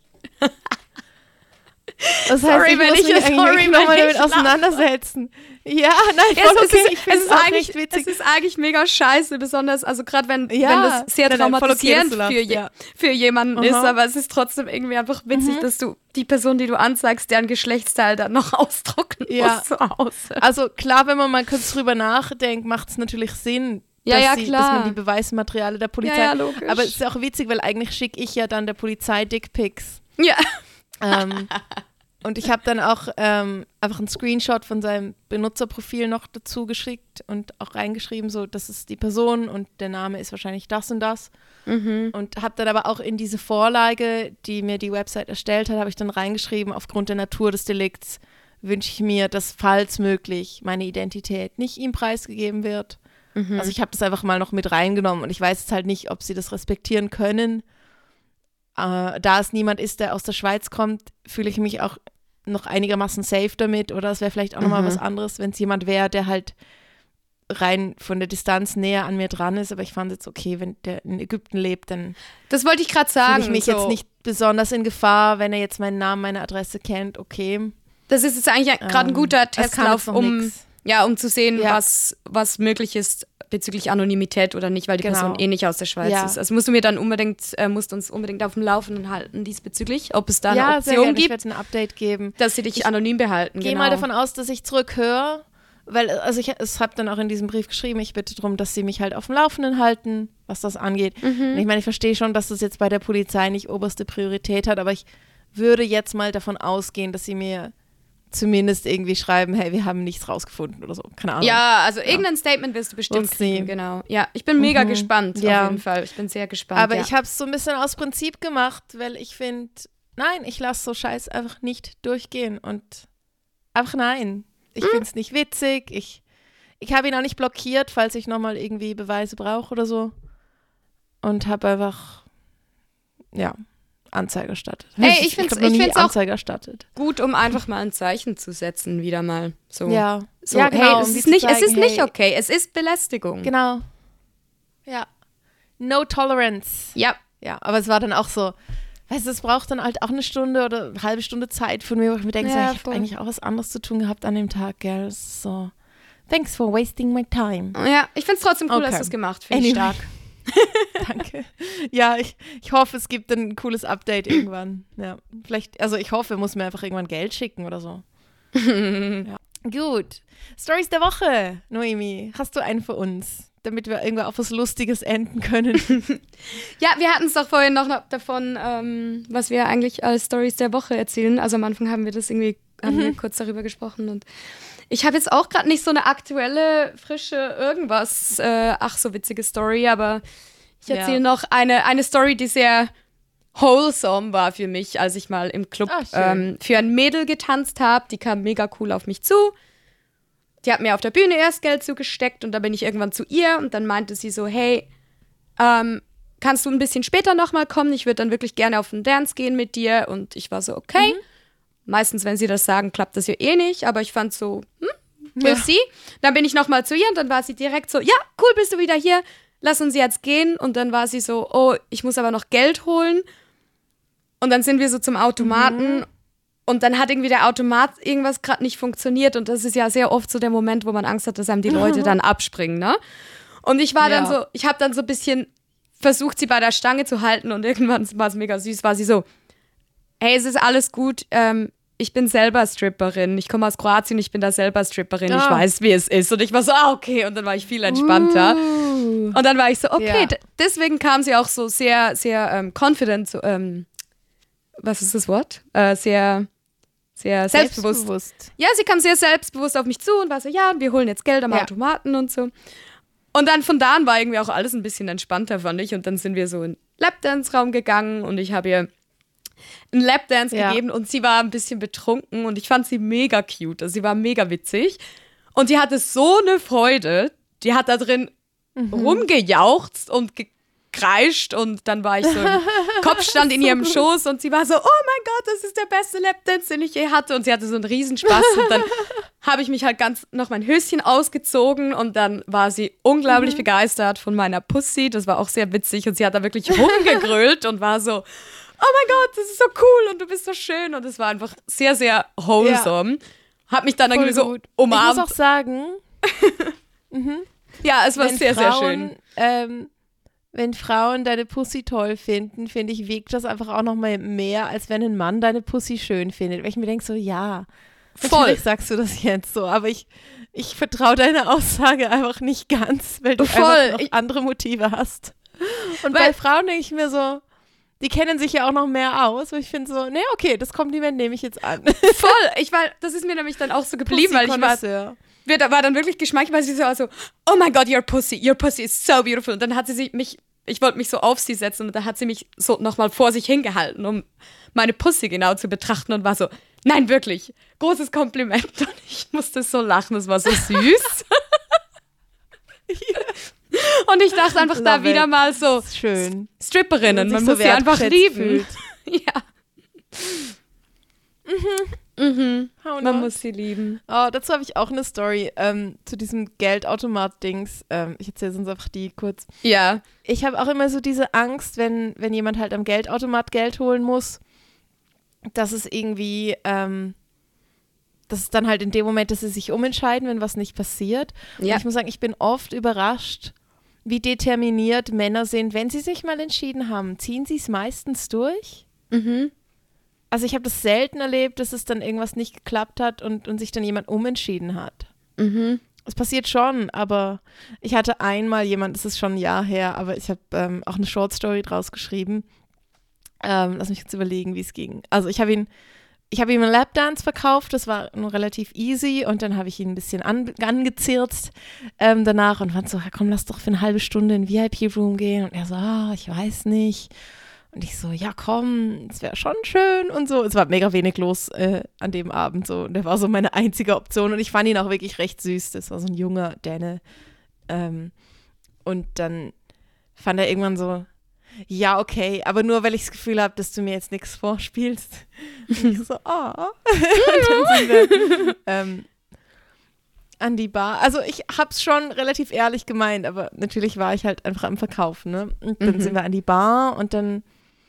Das heißt, Sorry, ich wenn muss ich- mich eigentlich sorry, wirklich wenn nochmal ich damit lache. auseinandersetzen. Ja, nein, Ja, voll es, okay. ist, Ich finde es, es ist auch eigentlich, recht witzig. es ist eigentlich mega scheiße, besonders, also gerade wenn, Ja, wenn das sehr nein, nein, voll okay, dass traumatisierend du lachst, für, je, ja. für jemanden Aha. ist, aber es ist trotzdem irgendwie einfach witzig, Mhm. dass du die Person, die du anzeigst, deren Geschlechtsteil dann noch ausdrucken Ja. musst zu Hause. Also klar, wenn man mal kurz drüber nachdenkt, macht es natürlich Sinn, Ja, dass, ja, sie, klar. dass man die Beweismaterialien der Polizei. Ja, ja, logisch. Aber es ist auch witzig, weil eigentlich schicke ich ja dann der Polizei Dickpics. Ja. ähm, Und ich habe dann auch ähm, einfach einen Screenshot von seinem Benutzerprofil noch dazu geschickt und auch reingeschrieben, so, das ist die Person und der Name ist wahrscheinlich das und das. Mhm. Und habe dann aber auch in diese Vorlage, die mir die Website erstellt hat, habe ich dann reingeschrieben, aufgrund der Natur des Delikts wünsche ich mir, dass falls möglich meine Identität nicht ihm preisgegeben wird. Mhm. Also ich habe das einfach mal noch mit reingenommen und ich weiß jetzt halt nicht, ob sie das respektieren können. Äh, da es niemand ist, der aus der Schweiz kommt, fühle ich mich auch noch einigermaßen safe damit. Oder es wäre vielleicht auch nochmal Mhm. was anderes, wenn es jemand wäre, der halt rein von der Distanz näher an mir dran ist. Aber ich fand es okay, wenn der in Ägypten lebt, dann Das wollte ich gerade sagen. fühle ich mich so. jetzt nicht besonders in Gefahr, wenn er jetzt meinen Namen, meine Adresse kennt. Okay. Das ist jetzt eigentlich gerade ein guter Ähm, es kann Testlauf, jetzt noch um, nix. ja, um zu sehen, Ja. was, was möglich ist bezüglich Anonymität oder nicht, weil die Genau. Person eh nicht aus der Schweiz Ja. ist. Also musst du mir dann unbedingt, äh, musst uns unbedingt auf dem Laufenden halten diesbezüglich, ob es da Ja, eine sehr Option gerne. Ich gibt, werde ein Update geben. dass sie dich anonym behalten. Gehe genau. mal davon aus, dass ich zurückhöre, weil, also ich es habe dann auch in diesem Brief geschrieben, ich bitte darum, dass sie mich halt auf dem Laufenden halten, was das angeht. Mhm. Und ich meine, ich verstehe schon, dass das jetzt bei der Polizei nicht oberste Priorität hat, aber ich würde jetzt mal davon ausgehen, dass sie mir zumindest irgendwie schreiben, hey, wir haben nichts rausgefunden oder so. Keine Ahnung. Ja, also irgendein Statement wirst du bestimmt We'll see. kriegen, genau. Ja, ich bin mega Mhm. gespannt, Ja. auf jeden Fall. Ich bin sehr gespannt. Aber ja. ich habe es so ein bisschen aus Prinzip gemacht, weil ich finde, nein, ich lasse so Scheiß einfach nicht durchgehen und einfach nein. Ich Mhm. finde es nicht witzig. Ich, ich habe ihn auch nicht blockiert, falls ich nochmal irgendwie Beweise brauche oder so. Und habe einfach, ja, Anzeige erstattet. Ey, ich find's- hab noch ich nie find's auch- Anzeige erstattet. Gut, um einfach mal ein Zeichen zu setzen, wieder mal. So. Ja, So, ja genau. hey, um es wie ist, zu nicht, es zeigen, ist nicht hey, okay, es ist Belästigung. Genau. Ja. No tolerance. Ja, Ja, aber es war dann auch so, weißt du, es braucht dann halt auch eine Stunde oder eine halbe Stunde Zeit von mir, wo ich mir denke, Ja, so, ich voll. habe eigentlich auch was anderes zu tun gehabt an dem Tag, gell. Das ist so, thanks for wasting my time. ja, ich finde es trotzdem cool, Okay. dass du es gemacht. Finde ich Anyway. stark. Danke. Ja, ich, ich hoffe, es gibt ein cooles Update irgendwann. Ja, vielleicht, also ich hoffe, er muss mir einfach irgendwann Geld schicken oder so. Ja. Gut. Stories der Woche, Noemi. Hast du einen für uns, damit wir irgendwann auf was Lustiges enden können? Ja, wir hatten es doch vorhin noch davon, ähm, was wir eigentlich als Stories der Woche erzählen. Also am Anfang haben wir das irgendwie, haben Mhm. wir kurz darüber gesprochen und ich habe jetzt auch gerade nicht so eine aktuelle, frische irgendwas, äh, ach so witzige Story, aber ich erzähle Ja. noch eine, eine Story, die sehr wholesome war für mich, als ich mal im Club Ah, schön. ähm, für ein Mädel getanzt habe. Die kam mega cool auf mich zu. Die hat mir auf der Bühne erst Geld zugesteckt und da bin ich irgendwann zu ihr und dann meinte sie so, hey, ähm, kannst du ein bisschen später nochmal kommen? Ich würde dann wirklich gerne auf den Dance gehen mit dir. Und ich war so, okay. Mhm. Meistens, wenn sie das sagen, klappt das ja eh nicht. Aber ich fand so, hm, we'll Ja. see. Dann bin ich nochmal zu ihr und dann war sie direkt so, ja, cool, bist du wieder hier. Lass uns jetzt gehen. Und dann war sie so, oh, ich muss aber noch Geld holen. Und dann sind wir so zum Automaten. Mhm. Und dann hat irgendwie der Automat irgendwas gerade nicht funktioniert. Und das ist ja sehr oft so der Moment, wo man Angst hat, dass einem die Leute dann abspringen, ne? Und ich war dann Ja. so, ich habe dann so ein bisschen versucht, sie bei der Stange zu halten. Und irgendwann war es mega süß, war sie so, hey, es ist alles gut, ähm, ich bin selber Stripperin. Ich komme aus Kroatien, ich bin da selber Stripperin. Ich Ah. weiß, wie es ist. Und ich war so, ah, okay. Und dann war ich viel entspannter. Uh. Und dann war ich so, okay, Ja. d- deswegen kam sie auch so sehr, sehr ähm, confident, so, ähm, was ist das Wort? Äh, sehr, sehr selbstbewusst. Selbstbewusst. Ja, sie kam sehr selbstbewusst auf mich zu und war so, ja, wir holen jetzt Geld am Ja. Automaten und so. Und dann von da an war irgendwie auch alles ein bisschen entspannter, fand ich. Und dann sind wir so in den Lapdance-Raum gegangen und ich habe ihr einen Lapdance Ja. gegeben und sie war ein bisschen betrunken und ich fand sie mega cute. Also sie war mega witzig. Und die hatte so eine Freude. Die hat da drin rumgejauchzt und gekreischt und dann war ich so im Kopfstand in ihrem Schoß und sie war so, oh mein Gott, das ist der beste Lapdance, den ich je hatte. Und sie hatte so einen Riesenspaß und dann habe ich mich halt ganz noch mein Höschen ausgezogen und dann war sie unglaublich begeistert von meiner Pussy. Das war auch sehr witzig und sie hat da wirklich rumgegrölt und war so, oh mein Gott, das ist so cool und du bist so schön. Und es war einfach sehr, sehr wholesome. Hab mich dann Voll irgendwie so gut. umarmt. Ich muss auch sagen, Ja, es war wenn sehr, Frauen, sehr schön. Ähm, wenn Frauen deine Pussy toll finden, finde ich, wiegt das einfach auch noch mal mehr, als wenn ein Mann deine Pussy schön findet. Weil ich mir denke so, ja, Voll. natürlich sagst du das jetzt so, aber ich, ich vertraue deiner Aussage einfach nicht ganz, weil du Voll. einfach noch Ich- andere Motive hast. Und Weil- bei Frauen denke ich mir so, die kennen sich ja auch noch mehr aus. Und ich finde so, nee, okay, das Kompliment nehme ich jetzt an. Voll, ich war, das ist mir nämlich dann auch so geblieben, weil ich war, wir, war dann wirklich geschmackig, weil sie so, also, oh my God, your pussy, your pussy is so beautiful. Und dann hat sie sich mich, ich wollte mich so auf sie setzen und da hat sie mich so nochmal vor sich hingehalten, um meine Pussy genau zu betrachten und war so, nein, wirklich, großes Kompliment. Und ich musste so lachen, das war so süß. Und ich dachte einfach, Love da it. wieder mal so schön. Stripperinnen, man so muss sie einfach lieben. Ja. Mhm. Mhm. Man muss sie lieben. Oh, dazu habe ich auch eine Story ähm, zu diesem Geldautomat-Dings. Ähm, ich erzähle sonst einfach die kurz. Ja. Ich habe auch immer so diese Angst, wenn, wenn jemand halt am Geldautomat Geld holen muss, dass es irgendwie, ähm, dass es dann halt in dem Moment, dass sie sich umentscheiden, wenn was nicht passiert. Ja. Und ich muss sagen, ich bin oft überrascht, wie determiniert Männer sind. Wenn sie sich mal entschieden haben, ziehen sie es meistens durch. Mhm. Also ich habe das selten erlebt, dass es dann irgendwas nicht geklappt hat und, und sich dann jemand umentschieden hat. Mhm. Es passiert schon, aber ich hatte einmal jemand, das ist schon ein Jahr her, aber ich habe ähm, auch eine Short-Story draus geschrieben. Ähm, lass mich jetzt überlegen, wie es ging. Also ich habe ihn Ich habe ihm einen Lapdance verkauft, das war nur relativ easy und dann habe ich ihn ein bisschen an, angezirzt ähm, danach und fand so, ja, komm, lass doch für eine halbe Stunde in den V I P-Room gehen und er so, ah, ich weiß nicht und ich so, ja komm, es wäre schon schön und so. Es war mega wenig los äh, an dem Abend so und der war so meine einzige Option und ich fand ihn auch wirklich recht süß, das war so ein junger Däne ähm, und dann fand er irgendwann so, ja, okay, aber nur, weil ich das Gefühl habe, dass du mir jetzt nichts vorspielst. Und ich so, ah. Oh. Und dann sind wir ähm, an die Bar. Also ich habe es schon relativ ehrlich gemeint, aber natürlich war ich halt einfach am Verkaufen, ne? Und dann mhm. sind wir an die Bar und dann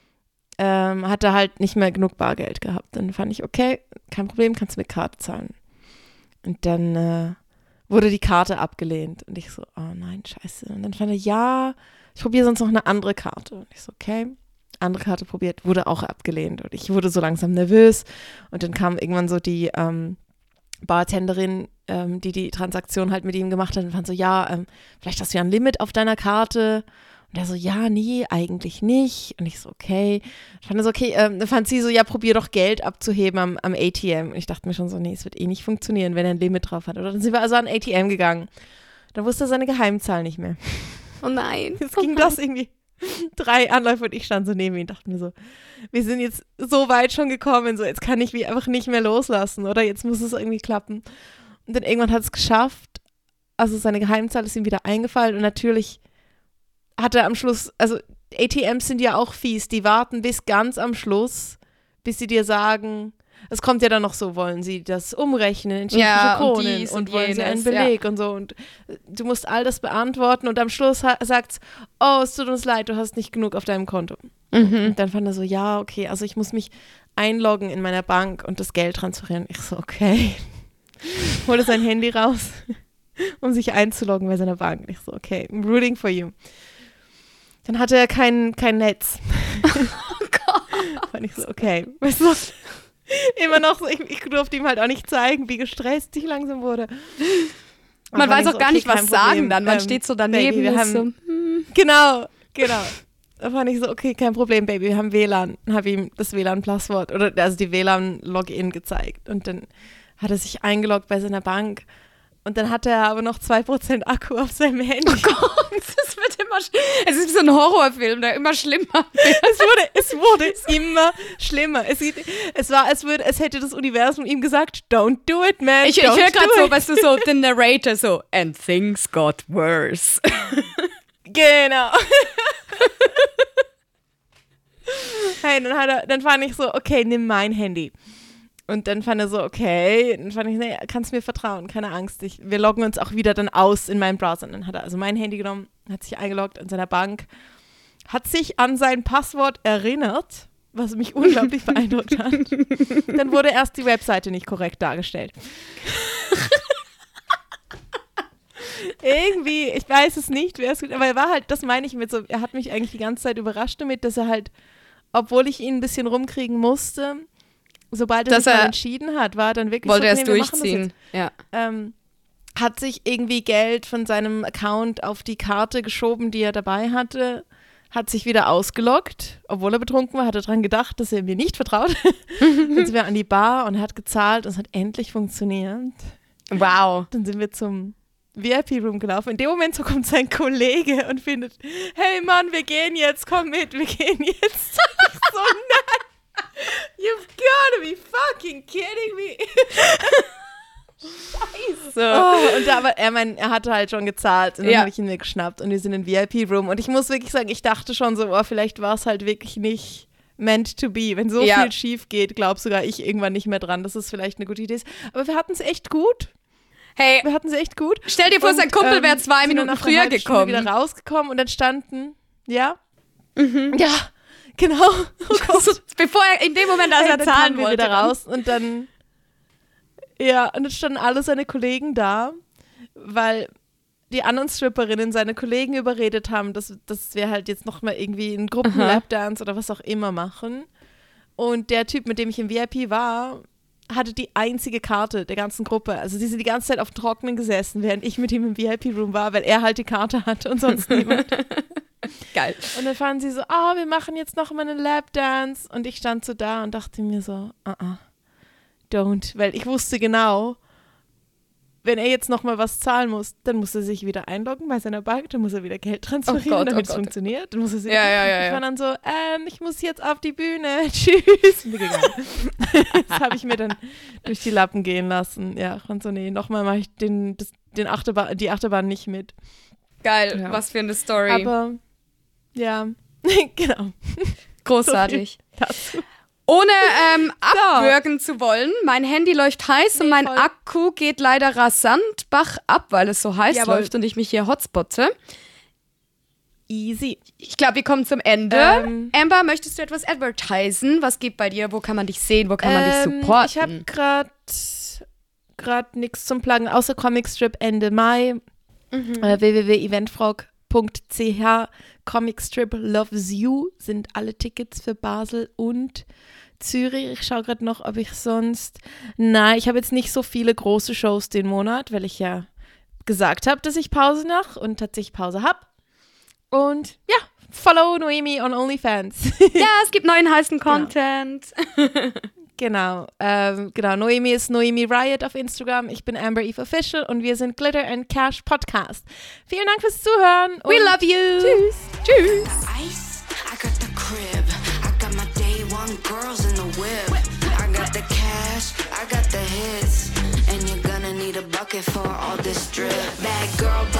ähm, hat er halt nicht mehr genug Bargeld gehabt. Dann fand ich, okay, kein Problem, kannst du mit Karte zahlen. Und dann äh, wurde die Karte abgelehnt. Und ich so, oh nein, scheiße. Und dann fand er, ja, ich probiere sonst noch eine andere Karte. Und ich so, okay, andere Karte probiert, wurde auch abgelehnt. Und ich wurde so langsam nervös. Und dann kam irgendwann so die ähm, Bartenderin, ähm, die die Transaktion halt mit ihm gemacht hat und fand so, ja, ähm, vielleicht hast du ja ein Limit auf deiner Karte. Und er so, ja, nee, eigentlich nicht. Und ich so, okay. Ich fand so, okay, ähm, dann fand sie so, ja, probier doch Geld abzuheben am, am A T M. Und ich dachte mir schon so, nee, es wird eh nicht funktionieren, wenn er ein Limit drauf hat. Oder dann sind wir also an A T M gegangen. Dann wusste er seine Geheimzahl nicht mehr. Oh nein. Jetzt ging das irgendwie drei Anläufe und ich stand so neben ihm und dachte mir so, wir sind jetzt so weit schon gekommen, so jetzt kann ich mich einfach nicht mehr loslassen, oder? Jetzt muss es irgendwie klappen. Und dann irgendwann hat es geschafft, also seine Geheimzahl ist ihm wieder eingefallen und natürlich hat er am Schluss, also A T Ms sind ja auch fies, die warten bis ganz am Schluss, bis sie dir sagen, es kommt ja dann noch so, wollen sie das umrechnen in tschechische ja, Kronen und, und, und wollen jenes, sie einen Beleg ja. und so und du musst all das beantworten und am Schluss ha- sagt's, oh, es tut uns leid, du hast nicht genug auf deinem Konto. Mhm. Und dann fand er so, ja, okay, also ich muss mich einloggen in meiner Bank und das Geld transferieren. Ich so, okay. Holte sein Handy raus, um sich einzuloggen bei seiner Bank. Ich so, okay, I'm rooting for you. Dann hatte er kein, kein Netz. Oh Gott. Fand ich so, okay. Weißt du, immer noch so, ich, ich durfte ihm halt auch nicht zeigen, wie gestresst ich langsam wurde. Man weiß auch so, gar okay, nicht, was sagen dann. Man ähm, steht so daneben. Baby, wir haben, so, hm. Genau, genau. Da fand ich so, okay, kein Problem, Baby, wir haben W L A N. Habe ihm das W L A N-Passwort oder also die W L A N-Login gezeigt. Und dann hat er sich eingeloggt bei seiner Bank. Und dann hatte er aber noch zwei Prozent Akku auf seinem Handy. Oh Gott, das wird immer sch- es ist wie so ein Horrorfilm, der immer schlimmer wird. Es wurde, es wurde immer schlimmer. Es, es war, als, würde, als hätte das Universum ihm gesagt, don't do it, man. Ich, ich höre gerade so, weißt du, so den Narrator so, and things got worse. Genau. Hey, dann, hat er, dann fand ich so, okay, nimm mein Handy. Und dann fand er so, okay, dann fand ich, nee, kannst mir vertrauen, keine Angst. Ich, wir loggen uns auch wieder dann aus in meinem Browser. Und dann hat er also mein Handy genommen, hat sich eingeloggt in seiner Bank, hat sich an sein Passwort erinnert, was mich unglaublich beeindruckt hat. Dann wurde erst die Webseite nicht korrekt dargestellt. Irgendwie, ich weiß es nicht, wer es, aber er war halt, das meine ich mit so, er hat mich eigentlich die ganze Zeit überrascht damit, dass er halt, obwohl ich ihn ein bisschen rumkriegen musste, sobald er dass sich er mal entschieden hat, war dann wirklich wollte so, er es nee, wir machen das durchziehen. jetzt. Ja. Ähm, hat sich irgendwie Geld von seinem Account auf die Karte geschoben, die er dabei hatte, hat sich wieder ausgeloggt, obwohl er betrunken war, hat er dran gedacht, dass er mir nicht vertraut. Dann sind wir an die Bar und er hat gezahlt und es hat endlich funktioniert. Wow. Dann sind wir zum V I P-Room gelaufen. In dem Moment so kommt sein Kollege und findet, hey Mann, wir gehen jetzt, komm mit, wir gehen jetzt. Ich so, nein, you've gotta be fucking kidding me. Scheiße. Oh, und da, aber er, mein, er hatte halt schon gezahlt und dann ja. habe ich ihn mir geschnappt und wir sind in V I P-Room und ich muss wirklich sagen, ich dachte schon so, oh, vielleicht war es halt wirklich nicht meant to be. Wenn so ja. viel schief geht, glaub sogar ich irgendwann nicht mehr dran, dass es vielleicht eine gute Idee ist. Aber wir hatten es echt gut. Hey, wir hatten es echt gut. Stell dir vor, und, sein Kumpel ähm, wäre zwei Minuten früher gekommen. wieder rausgekommen und dann standen, ja, mhm. ja, genau. Oh Bevor er in dem Moment, als hey, er zahlen wir wollte. wieder raus und dann Ja, und dann standen alle seine Kollegen da, weil die anderen Stripperinnen seine Kollegen überredet haben, dass, dass wir halt jetzt nochmal irgendwie einen Gruppen-Lapdance oder was auch immer machen. Und der Typ, mit dem ich im V I P war, hatte die einzige Karte der ganzen Gruppe. Also die sind die ganze Zeit auf dem Trockenen gesessen, während ich mit ihm im V I P-Room war, weil er halt die Karte hatte und sonst niemand. Geil. Und dann fanden sie so, ah, oh, wir machen jetzt nochmal einen Lapdance. Und ich stand so da und dachte mir so, ah, uh-uh. Don't, weil ich wusste genau, wenn er jetzt nochmal was zahlen muss, dann muss er sich wieder einloggen bei seiner Bank, dann muss er wieder Geld transferieren, oh Gott, damit oh es funktioniert. Dann muss er sich ja, ja, ja, ich ja. war dann so, ähm, ich muss jetzt auf die Bühne, tschüss. Und das habe ich mir dann durch die Lappen gehen lassen. Ja, und so, nee, nochmal mache ich den, das, den Achterbahn, die Achterbahn nicht mit. Geil, ja. was für eine Story. Aber, ja, genau. Großartig. So dazu. Ohne ähm, abwürgen so. zu wollen, mein Handy läuft heiß nee, und mein voll. Akku geht leider rasant bach ab, weil es so heiß Jawohl. läuft und ich mich hier hotspotte. Easy. Ich glaube, wir kommen zum Ende. Ähm, Amber, möchtest du etwas advertisen? Was geht bei dir? Wo kann man dich sehen? Wo kann man ähm, dich supporten? Ich habe gerade gerade nichts zum Pluggen, außer Comicstrip Ende Mai. Mhm. Äh, w w w punkt eventfrog punkt c h Comicstrip Loves You sind alle Tickets für Basel und Zürich. Ich schaue gerade noch, ob ich sonst... Nein, ich habe jetzt nicht so viele große Shows den Monat, weil ich ja gesagt habe, dass ich Pause mache und tatsächlich Pause habe. Und ja, follow Noemi on OnlyFans. Ja, es gibt neuen heißen Content. Genau. Genau, ähm, genau. Noemi ist Noemi Riot auf Instagram. Ich bin Amber Eve Official und wir sind Glitter and Cash Podcast. Vielen Dank fürs Zuhören. We love you. Tschüss. Tschüss. Ice, I got the crib. I got my day one girls in the whip. I got the cash, I got the hits. And you're gonna need a bucket for all this drip. Bad girl.